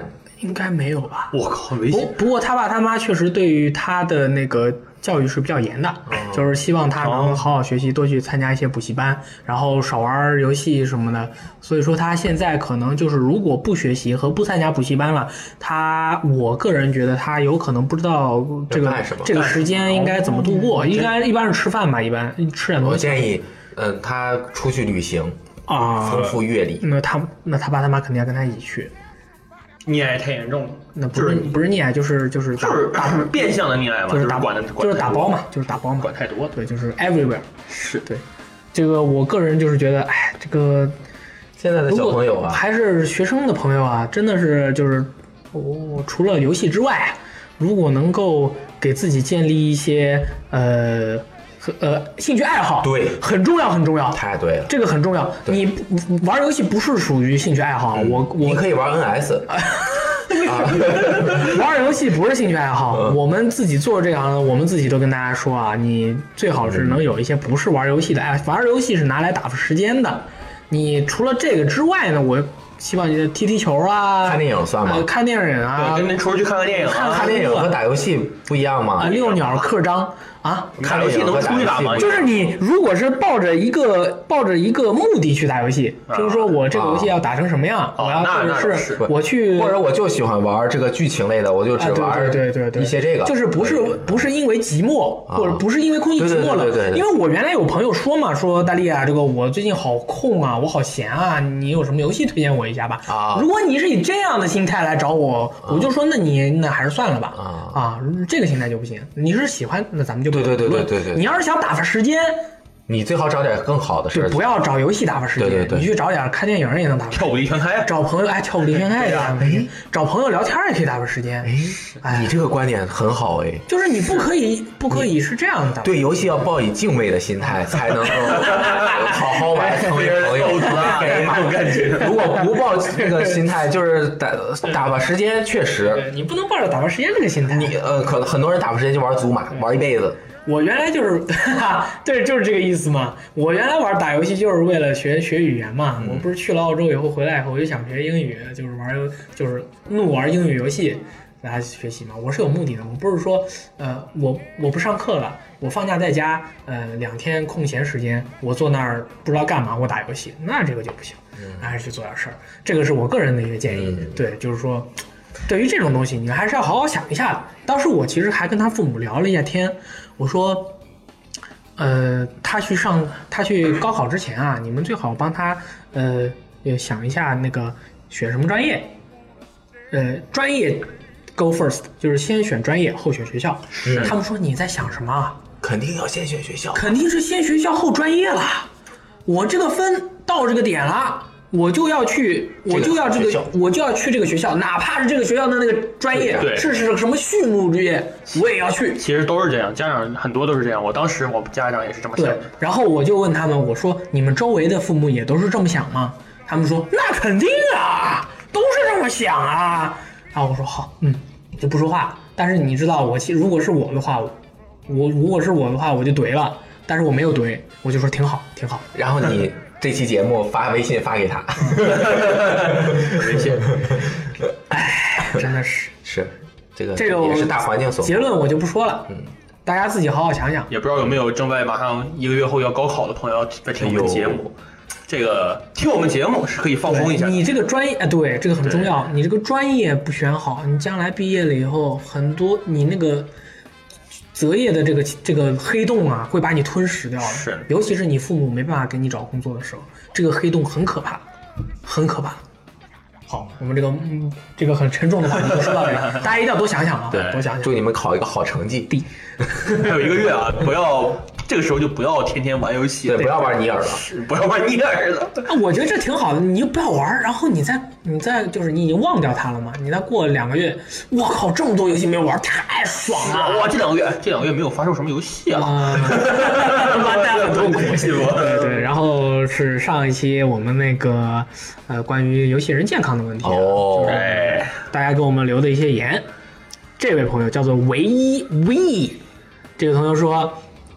应该没有吧？ 我靠，危不险！ 不过他爸他妈确实对于他的那个教育是比较严的，就是希望他能好好学习，多去参加一些补习班，然后少玩游戏什么的。所以说他现在可能就是如果不学习和不参加补习班了，他我个人觉得他有可能不知道这个这个时间应该怎么度过，应该一般是吃饭吧，一般吃点东西。 我建议，嗯，他出去旅行啊， 丰富阅历。 那他那他爸他妈肯定要跟他一起去。 溺爱太严重了， 那不是不是溺爱，就是就是就是变相的溺爱嘛， 就是打管的就是打包嘛，就是打包嘛， 管太多， 对，就是 everywhere， 是对。这个我个人就是觉得，哎，这个现在的小朋友啊， 还是学生的朋友啊，真的是就是我、哦、除了游戏之外，如果能够给自己建立一些呃。呃，兴趣爱好对很重要，很重要， 太对了， 这个很重要。你玩游戏不是属于兴趣爱好，嗯、我我你可以玩 N S， 啊、 玩游戏不是兴趣爱好。嗯、我们自己做这行，我们自己都跟大家说啊，你最好是能有一些不是玩游戏的爱，玩游戏是拿来打发时间的。你除了这个之外呢，我。希望你踢踢球啊， 看电影算吗？ 呃、看电影啊， 对，跟出去看个电影啊。 看看电影和打游戏不一样吗？ 啊，遛鸟、刻章啊， 看游戏能出去打吗？ 就是你如果是抱着一个抱着一个目的去打游戏，比如说我这个游戏要打成什么样，我要或者是我去， 或者我就喜欢玩这个剧情类的，我就只玩对对对一些这个， 就是不是不是因为寂寞，或者不是因为空虚寂寞了，因为我原来有朋友说嘛，说大力啊，这个我最近好空啊，我好闲啊，你有什么游戏推荐我一下吧？ 啊， 如果你是以这样的心态来找我，我就说那你那还是算了吧。啊啊，这个心态就不行。你是喜欢，那咱们就对对对对对对。 你要是想打发时间， 你最好找点更好的事， 不要找游戏打发时间。 对对对， 你去找点看电影也能打发时间。 跳舞力全开， 找朋友哎，跳舞力全开呀！哎，找朋友聊天也可以打发时间。 哎，你这个观点很好哎。 就是你不可以不可以是这样的。 对游戏要抱以敬畏的心态，才能够好好玩，成为朋友。 这种感觉， 如果不抱这个心态，就是打打发时间，确实你不能抱着打发时间这个心态。 你呃，可能很多人打发时间就玩祖玛，玩一辈子。 我原来就是，对，就是这个意思嘛。我原来玩打游戏就是为了学学语言嘛。嗯、我不是去了澳洲以后回来以后，我就想学英语，就是玩就是怒玩英语游戏来学习嘛。我是有目的的，我不是说呃我我不上课了，我放假在家，呃两天空闲时间，我坐那儿不知道干嘛，我打游戏，那这个就不行，那还是去做点事儿。这个是我个人的一个建议， 嗯、 对，就是说。对于这种东西，你还是要好好想一下的。当时我其实还跟他父母聊了一下天，我说，呃，他去上他去高考之前啊，你们最好帮他呃想一下那个选什么专业，呃，专业 go first， 就是先选专业后选学校。他们说你在想什么？ 肯定要先选学校， 肯定是先学校后专业了。我这个分到这个点了。我就要去，我就要这个，我就要去这个学校，哪怕是这个学校的那个专业是是什么畜牧职业，我也要去。 其实都是这样，家长很多都是这样。我当时我们家长也是这么想的。 对，然后我就问他们，我说你们周围的父母也都是这么想吗？他们说那肯定啊，都是这么想啊。然后我说好，嗯，就不说话。但是你知道，我其如果是我的话，我如果是我的话，我就怼了。但是我没有怼，我就说挺好，挺好。 然后你。这期节目发微信发给他， 微信， 哎，真的是是这个这个也是大环境所。 结论我就不说了， 嗯， 大家自己好好想想。 也不知道有没有正在马上一个月后要高考的朋友在听我们节目，这个听我们节目是可以放松一下。 你这个专业，哎，对，这个很重要。你这个专业不选好，你将来毕业了以后，很多你那个。择业的这个这个黑洞啊，会把你吞噬掉的。 是， 尤其是你父母没办法给你找工作的时候，这个黑洞很可怕，很可怕。好，我们这个嗯，这个很沉重的话题就说到这里，大家一定要多想想啊， 对， 多想想。 祝你们考一个好成绩。 D， 还有一个月啊，不要这个时候就不要天天玩游戏， 对，不要玩尼尔了， 不要玩尼尔了。 啊，我觉得这挺好的，你就不要玩，然后你再你再就是你已经忘掉它了嘛，你再过两个月，我靠，这么多游戏没有玩，太爽了！ 哇，这两个月这两个月没有发售什么游戏啊， 完蛋很痛苦，对对。然后是上一期我们那个呃关于游戏人健康的问题， 哦， 哎， 大家给我们留的一些言。这位朋友叫做唯一 V， 这个朋友说。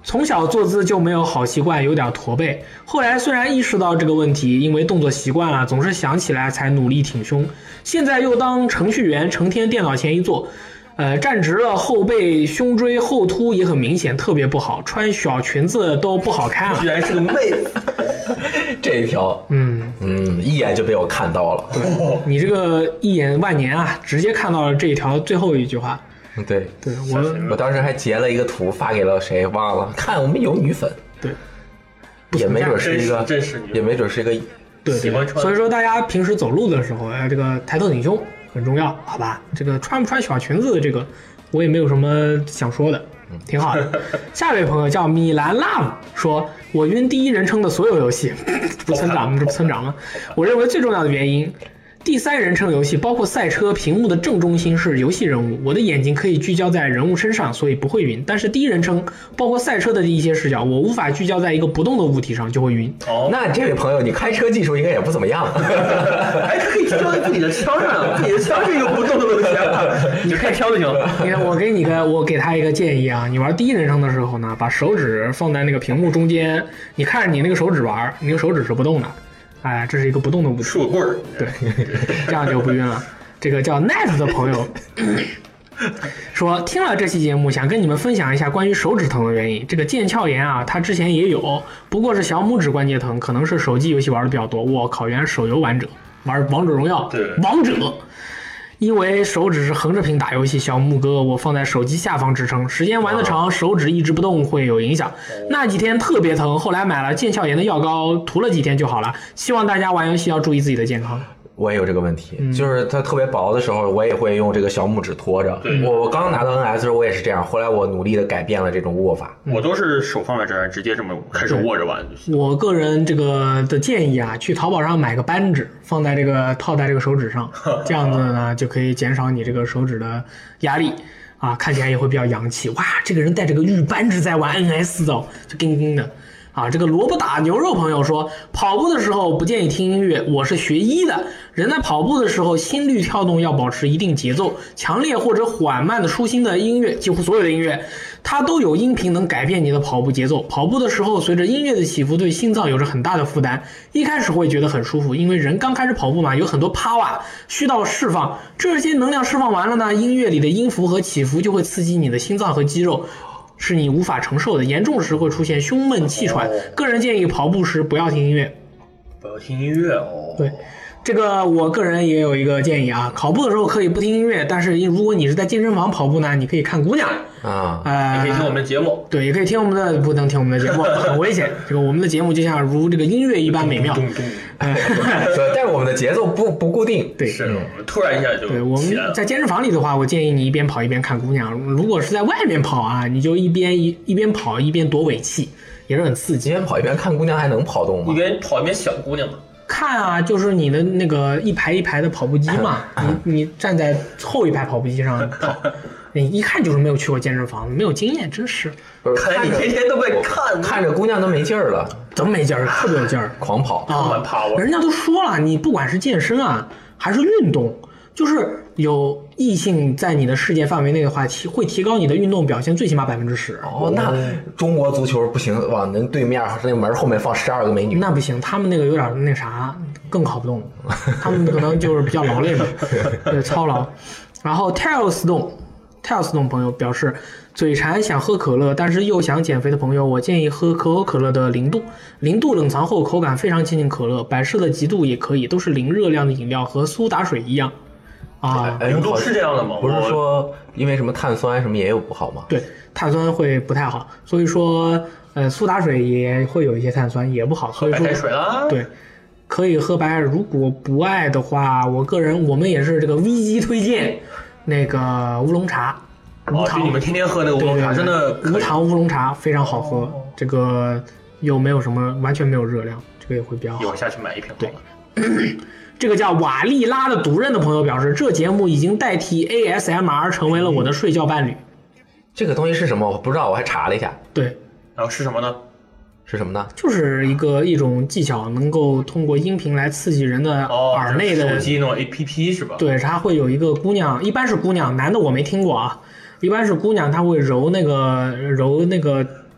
从小坐姿就没有好习惯，有点驼背。后来虽然意识到这个问题，因为动作习惯了，总是想起来才努力挺胸。现在又当程序员，成天电脑前一坐，呃，站直了，后背、胸椎后凸也很明显，特别不好。穿小裙子都不好看了。 居然是个妹子， 这一条， 嗯嗯，一眼就被我看到了。 对，你这个一眼万年啊，直接看到了这一条最后一句话。 对， 对我， 我当时还截了一个图发给了谁忘了，看我们有女粉， 对， 也没准是一个， 真是女粉也没准是一个， 对喜欢穿。 所以说大家平时走路的时候，哎，这个抬头挺胸很重要，好吧？这个穿不穿小裙子，这个我也没有什么想说的，挺好的。下一位朋友叫米兰 Love 说，我晕第一人称的所有游戏，不村长吗？这不村长吗？我认为最重要的原因。第三人称游戏包括赛车，屏幕的正中心是游戏人物，我的眼睛可以聚焦在人物身上，所以不会晕。但是第一人称包括赛车的一些视角，我无法聚焦在一个不动的物体上，就会晕。 哦， 那这位朋友，你开车技术应该也不怎么样。 哎，可以聚焦在自己的枪上，自己的枪是一个不动的东西，你就开枪就行了。 你看，我给你个，我给他一个建议啊，你玩第一人称的时候呢，把手指放在那个屏幕中间，你看着你那个手指玩，你那个手指是不动的。哎，这是一个不动的物体， 是个棍儿， 对，这样就不晕了。这个叫 Net 的朋友说，听了这期节目，想跟你们分享一下关于手指疼的原因。这个腱鞘炎啊，他之前也有，不过是小拇指关节疼，可能是手机游戏玩的比较多。我靠，原来手游玩者玩王者荣耀， 对， 王者。因为手指是横着屏打游戏，小木哥我放在手机下方支撑，时间玩得长，手指一直不动会有影响。那几天特别疼，后来买了腱鞘炎的药膏，涂了几天就好了。希望大家玩游戏要注意自己的健康。 我也有这个问题， 嗯、 就是它特别薄的时候，我也会用这个小拇指托着。我我刚拿到 N S 的时候，我也是这样，后来我努力的改变了这种握法。 我都是手放在这儿，直接这么开始握着玩就行。 我个人这个的建议啊，去淘宝上买个扳指，放在这个套在这个手指上，这样子呢就可以减少你这个手指的压力啊，看起来也会比较洋气。哇，这个人带着个玉扳指在玩 N S 哦，就叮叮的。啊，这个萝卜打牛肉朋友说，跑步的时候不建议听音乐。我是学医的，人在跑步的时候心率跳动要保持一定节奏，强烈或者缓慢的舒心的音乐，几乎所有的音乐它都有音频能改变你的跑步节奏。跑步的时候随着音乐的起伏，对心脏有着很大的负担。一开始会觉得很舒服，因为人刚开始跑步嘛，有很多 power 需要释放，这些能量释放完了呢，音乐里的音符和起伏就会刺激你的心脏和肌肉，是你无法承受的，严重时会出现胸闷气喘。个人建议跑步时不要听音乐， 不要听音乐哦。 对，这个我个人也有一个建议啊，跑步的时候可以不听音乐，但是如果你是在健身房跑步呢，你可以看姑娘啊， 呃， 也可以听我们的节目， 对，也可以听我们的，不能听我们的节目，很危险。这个我们的节目就像如这个音乐一般美妙， 咚咚哎对，但是我们的节奏不不固定， 对， 是，我们突然一下就对，我起来了。 们在健身房里的话，我建议你一边跑一边看姑娘。如果是在外面跑啊，你就一边一一边跑一边躲尾气，也是很刺激。 一边跑一边看姑娘还能跑动吗？ 一边跑一边想姑娘嘛。 看啊，就是你的那个一排一排的跑步机嘛，你你站在后一排跑步机上跑，你一看就是没有去过健身房，没有经验，真是。 看来你天天都被看， 看着姑娘都没劲儿了， 怎么没劲儿？特别有劲儿， 狂跑啊！人家都说了，你不管是健身啊，还是运动，就是有异性在你的视线范围内的话，提会提高你的运动表现，最起码百分之十。 哦，那中国足球不行，往人对面那门后面放十二个美女， 那不行，他们那个有点那啥，更跑不动，他们可能就是比较劳累嘛，对，操劳。然后 Tailstone Tailstone 朋友表示，嘴馋想喝可乐，但是又想减肥的朋友，我建议喝可口可乐的零度，零度冷藏后口感非常接近可乐，百事的极度也可以，都是零热量的饮料，和苏打水一样。啊， 零度是这样的吗？ 不是说因为什么碳酸什么也有不好吗？ 对，碳酸会不太好，所以说呃苏打水也会有一些碳酸，也不好。所以说白开水啦， 对，可以喝白开水。如果不爱的话，我个人我们也是这个 V 级推荐那个乌龙茶，无糖。 哦，就你们天天喝那个乌龙茶， 对对对， 真的无糖乌龙茶非常好喝，哦、这个又没有什么，完全没有热量，这个也会比较好。 一会儿下去买一瓶好了。 对。这个叫瓦利拉的毒刃的朋友表示，这节目已经代替 A S M R 成为了我的睡觉伴侣。 这个东西是什么？我不知道，我还查了一下。 对， 然后是什么呢？ 是什么呢？ 就是一个一种技巧，能够通过音频来刺激人的耳内的、 哦、手机那种 A P P 是吧？ 对，它会有一个姑娘，一般是姑娘，男的我没听过啊。一般是姑娘，她会揉那个揉那个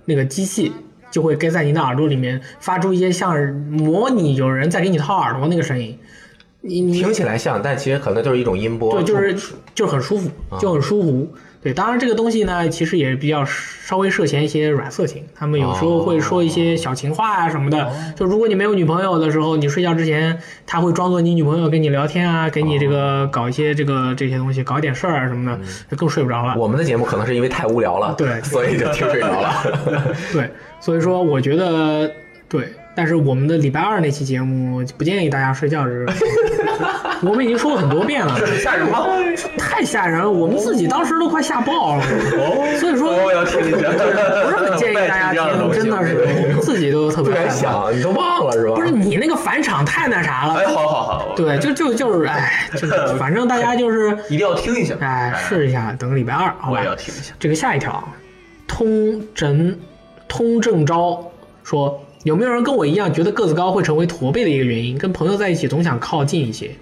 那个机器就会跟在你的耳朵里面发出一些像模拟有人在给你掏耳朵那个声音。你你听起来像，但其实可能就是一种音波。 对，就是就是很舒服，就很舒服。对，当然这个东西呢，其实也比较稍微涉嫌一些软色情，他们有时候会说一些小情话啊什么的。就如果你没有女朋友的时候，你睡觉之前，他会装作你女朋友跟你聊天啊，给你这个搞一些这个这些东西，搞一点事儿啊什么的，就更睡不着了。 我们的节目可能是因为太无聊了， 对， 所以就听睡着了。 对，所以说我觉得对。但是我们的礼拜二那期节目不建议大家睡觉，是我们已经说过很多遍了， 这是吓人吗？ 太吓人了，我们自己当时都快吓爆了。所以说我要听一下， 不是很建议大家听，真的是自己都特别不敢想，你都忘了是吧？ 不是你那个返场太那啥了。 哎，好好好， 对，就就就是哎，就是反正大家就是一定要听一下， 哎，试一下，等礼拜二，好吧？ 我也要听一下。 这个下一条，通正通正昭说。有没有人跟我一样觉得个子高会成为驼背的一个原因？跟朋友在一起总想靠近一些。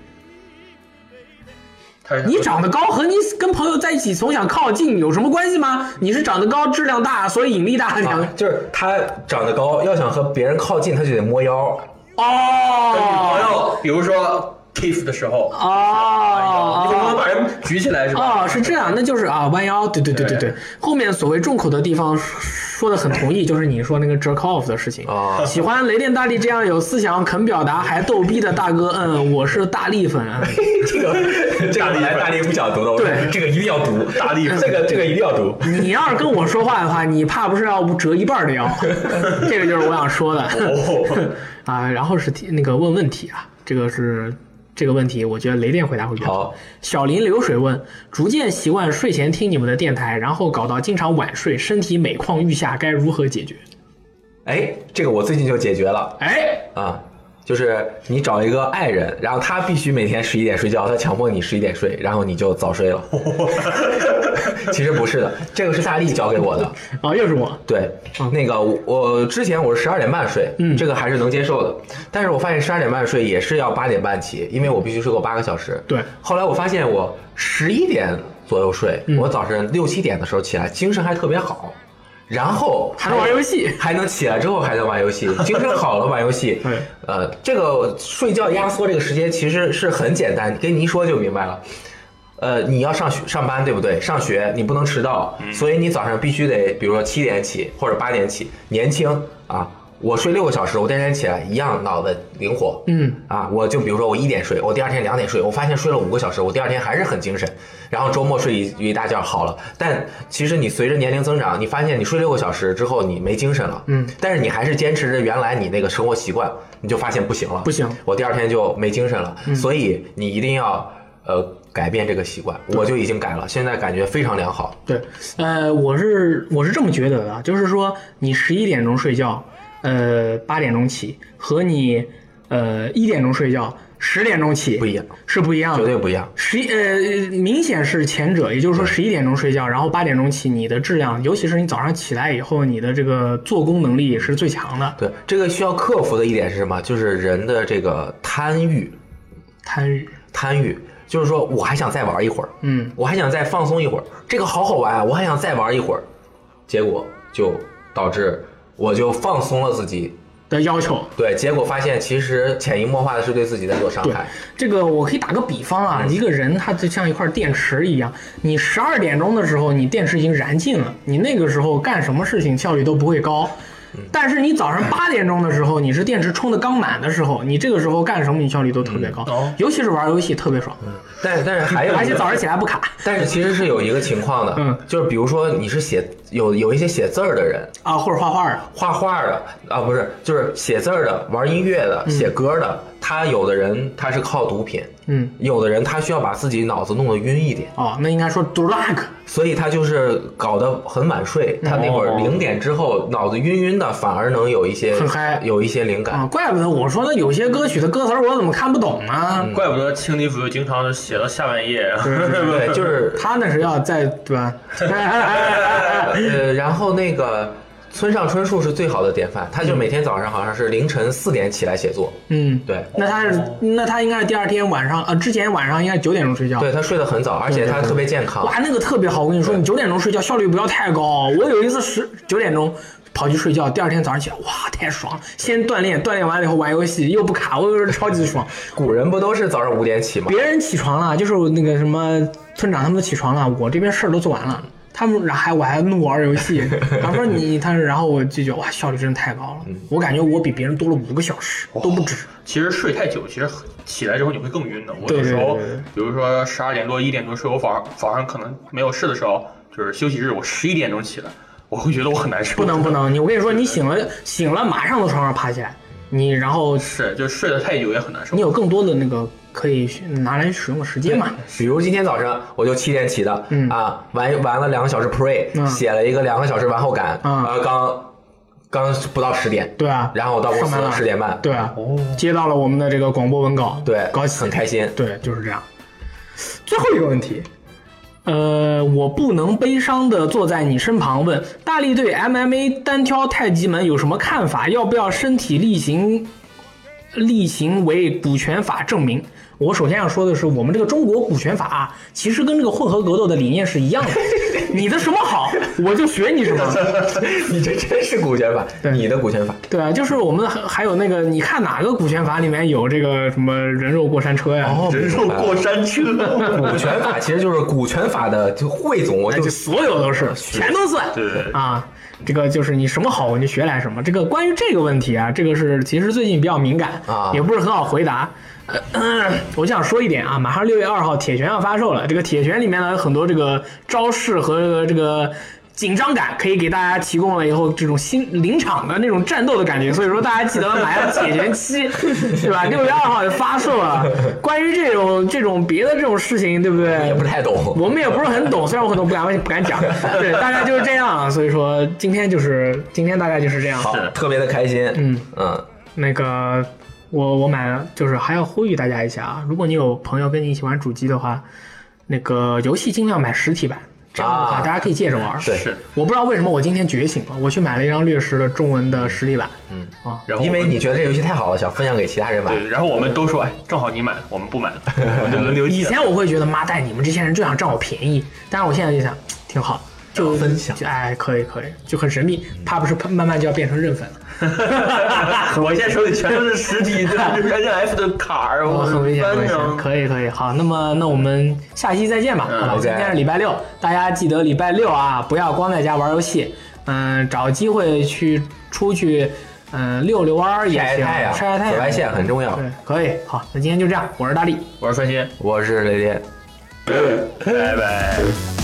你长得高和你跟朋友在一起总想靠近有什么关系吗？你是长得高质量大所以引力大、 啊、就是他长得高要想和别人靠近他就得摸腰哦， 跟女朋友比如说 kiss 的时候哦， 你不能把人举起来是吧？ 哦，是这样，那就是啊弯腰，对对对对对。后面所谓重口的地方说的很同意，就是你说那个 jerk off 的事情啊。 喜欢雷电大力这样有思想、肯表达还逗逼的大哥，嗯，我是大力粉。 这个这个来大力不想读的， 对， 这个一定要读，大力这个这个一定要读。 你要是跟我说话的话，你怕不是要折一半的腰？这个就是我想说的。 哦、 啊，然后是那个问问题啊，这个是。这个问题，我觉得雷电回答会比较好。小林流水问：逐渐习惯睡前听你们的电台，然后搞到经常晚睡，身体每况愈下，该如何解决？ 哎，这个我最近就解决了。 哎， 啊，就是你找一个爱人，然后他必须每天十一点睡觉，他强迫你十一点睡，然后你就早睡了。其实不是的，这个是大力教给我的。 啊，又是我。 对，嗯、那个我之前我是十二点半睡，嗯，这个还是能接受的。但是我发现十二点半睡也是要八点半起，因为我必须睡够八个小时。 对。 后来我发现我十一点左右睡，嗯、我早晨六七点的时候起来，精神还特别好。然后还能玩游戏， 还能起来之后还能玩游戏，精神好了玩游戏。 对， 呃，这个睡觉压缩这个时间其实是很简单，跟你一说就明白了。呃，你要上学上班对不对？上学你不能迟到，嗯、所以你早上必须得，比如说七点起或者八点起。年轻啊，我睡六个小时，我第二天起来一样脑子灵活。 嗯， 啊，我就比如说我一点睡，我第二天两点睡，我发现睡了五个小时，我第二天还是很精神。然后周末睡一一大觉好了，但其实你随着年龄增长，你发现你睡六个小时之后你没精神了， 嗯， 但是你还是坚持着原来你那个生活习惯，你就发现不行了， 不行， 我第二天就没精神了， 嗯、 所以你一定要呃改变这个习惯，我就已经改了，现在感觉非常良好。 对，呃，我是我是这么觉得的，就是说你十一点钟睡觉，呃，八点钟起，和你呃一点钟睡觉。十点钟起不一样， 是不一样的， 绝对不一样。 十一呃，明显是前者，也就是说十一点钟睡觉，然后八点钟起，你的质量，尤其是你早上起来以后，你的这个做工能力是最强的。 对，这个需要克服的一点是什么？就是人的这个贪欲， 贪欲， 贪欲，就是说我还想再玩一会儿， 嗯， 我还想再放松一会儿，这个好好玩啊，我还想再玩一会儿，结果就导致我就放松了自己的要求， 对，结果发现其实潜移默化的是对自己在做伤害。 这个我可以打个比方啊，嗯、一个人他就像一块电池一样，你十二点钟的时候，你电池已经燃尽了，你那个时候干什么事情效率都不会高。但是你早上八点钟的时候，你是电池充的刚满的时候，你这个时候干什么你效率都特别高， 嗯哦、 尤其是玩游戏特别爽。 嗯、但但是还有， 而且早上起来不卡。 但是其实是有一个情况的， 嗯， 就是比如说你是写有有一些写字儿的人啊，或者画画的， 画画的啊，不是，就是写字儿的、玩音乐的、 嗯、 写歌的，他有的人他是靠毒品， 嗯， 有的人他需要把自己脑子弄得晕一点。 哦，那应该说 drug。 所以他就是搞得很晚睡，他那会儿零点之后脑子晕晕的，反而能有一些很嗨， 有一些灵感啊。怪不得我说的有些歌曲的歌词我怎么看不懂呢？ 嗯、怪不得青笛子经常写到下半夜。 对，就是他那是要在对吧？ 呃，然后那个村上春树是最好的典范，他就每天早上好像是凌晨四点起来写作。 嗯， 对。 那他是那他应该是第二天晚上呃，之前晚上应该九点钟睡觉。 对，他睡得很早，而且他特别健康。 哇，那个特别好，我跟你说，你九点钟睡觉效率不要太高。我有一次十九点钟跑去睡觉，第二天早上起来，哇，太爽了！先锻炼，锻炼完了以后玩游戏，又不卡，我就是超级爽。 古人不都是早上五点起吗？ 别人起床了，就是那个什么村长他们都起床了，我这边事儿都做完了。他们然后还我还怒玩游戏，他说你他然后我就觉得哇效率真的太高了，嗯、我感觉我比别人多了五个小时、哦、都不止。 其实睡太久，其实起来之后你会更晕的。我有时候比如说十二点多一点多睡，我早早上可能没有事的时候，就是休息日，我十一点钟起来，我会觉得我很难受。 不能不能，你我跟你说，你醒了醒了马上从床上爬起来，你然后是就睡得太久也很难受。 你有更多的那个。可以拿来使用的时间嘛？ 比如今天早上我就七点起的，嗯啊，玩玩了两个小时 pre，、嗯、写了一个两个小时完后感，啊、嗯，刚刚不到十点， 对啊， 然后我到公司十点半， 对啊，哦，接到了我们的这个广播文稿， 对， 高兴， 很开心， 对，就是这样。最后一个问题，呃，我不能悲伤的坐在你身旁，问大力对 M M A 单挑太极门有什么看法？要不要身体力行？力行为股权法证明。我首先要说的是，我们这个中国股权法、啊、其实跟这个混合格斗的理念是一样的。你的什么好，我就学你什么。 你这真是股权法，你的股权法。 对啊，就是我们还有那个，你看哪个股权法里面有这个什么人肉过山车呀？ 哦，人肉过山车。 股权法其实就是股权法的就汇总，我就、 就所有都是，全都算。 对对啊。这个就是你什么好我就学来什么。这个关于这个问题啊，这个是其实最近比较敏感啊，也不是很好回答。呃，嗯、我想说一点啊，马上六月二号铁拳要发售了，这个铁拳里面呢有很多这个招式和这个紧张感，可以给大家提供了以后这种新临场的那种战斗的感觉，所以说大家记得买了铁拳七，对吧？六月二号也发售了。关于这种这种别的这种事情，对不对？ 也不太懂， 我们也不是很懂，虽然我很多不敢不敢讲，对，大概就是这样。所以说今天就是今天大概就是这样， 好，特别的开心。嗯嗯， 那个我我买了，就是还要呼吁大家一下啊，如果你有朋友跟你一起玩主机的话，那个游戏尽量买实体版。这样的话，大家可以借着玩。 对， 是。 我不知道为什么我今天觉醒了，我去买了一张掠食的中文的实体版。 嗯啊，然后因为你觉得这游戏太好了，想分享给其他人玩。 对，然后我们都说，哎，正好你买了，我们不买了，我们就轮流。 以前我会觉得，妈蛋，你们这些人就想占我便宜，但是我现在就想，挺好，就分享。 哎，可以可以，就很神秘，怕不是慢慢就要变成认粉了。 我现在手里全都是实体的 N F 的卡儿，我很危险，很危险。可以，可以，好，那么那我们下期再见吧。 嗯、 好吧，今天是礼拜六，大家记得礼拜六啊，不要光在家玩游戏，嗯，找机会去出去，嗯，溜溜弯也行，晒太阳， 晒晒太阳， 紫外线很重要。 对，可以。好，那今天就这样，我是大力， 我是范鑫， 我是雷电， 拜拜。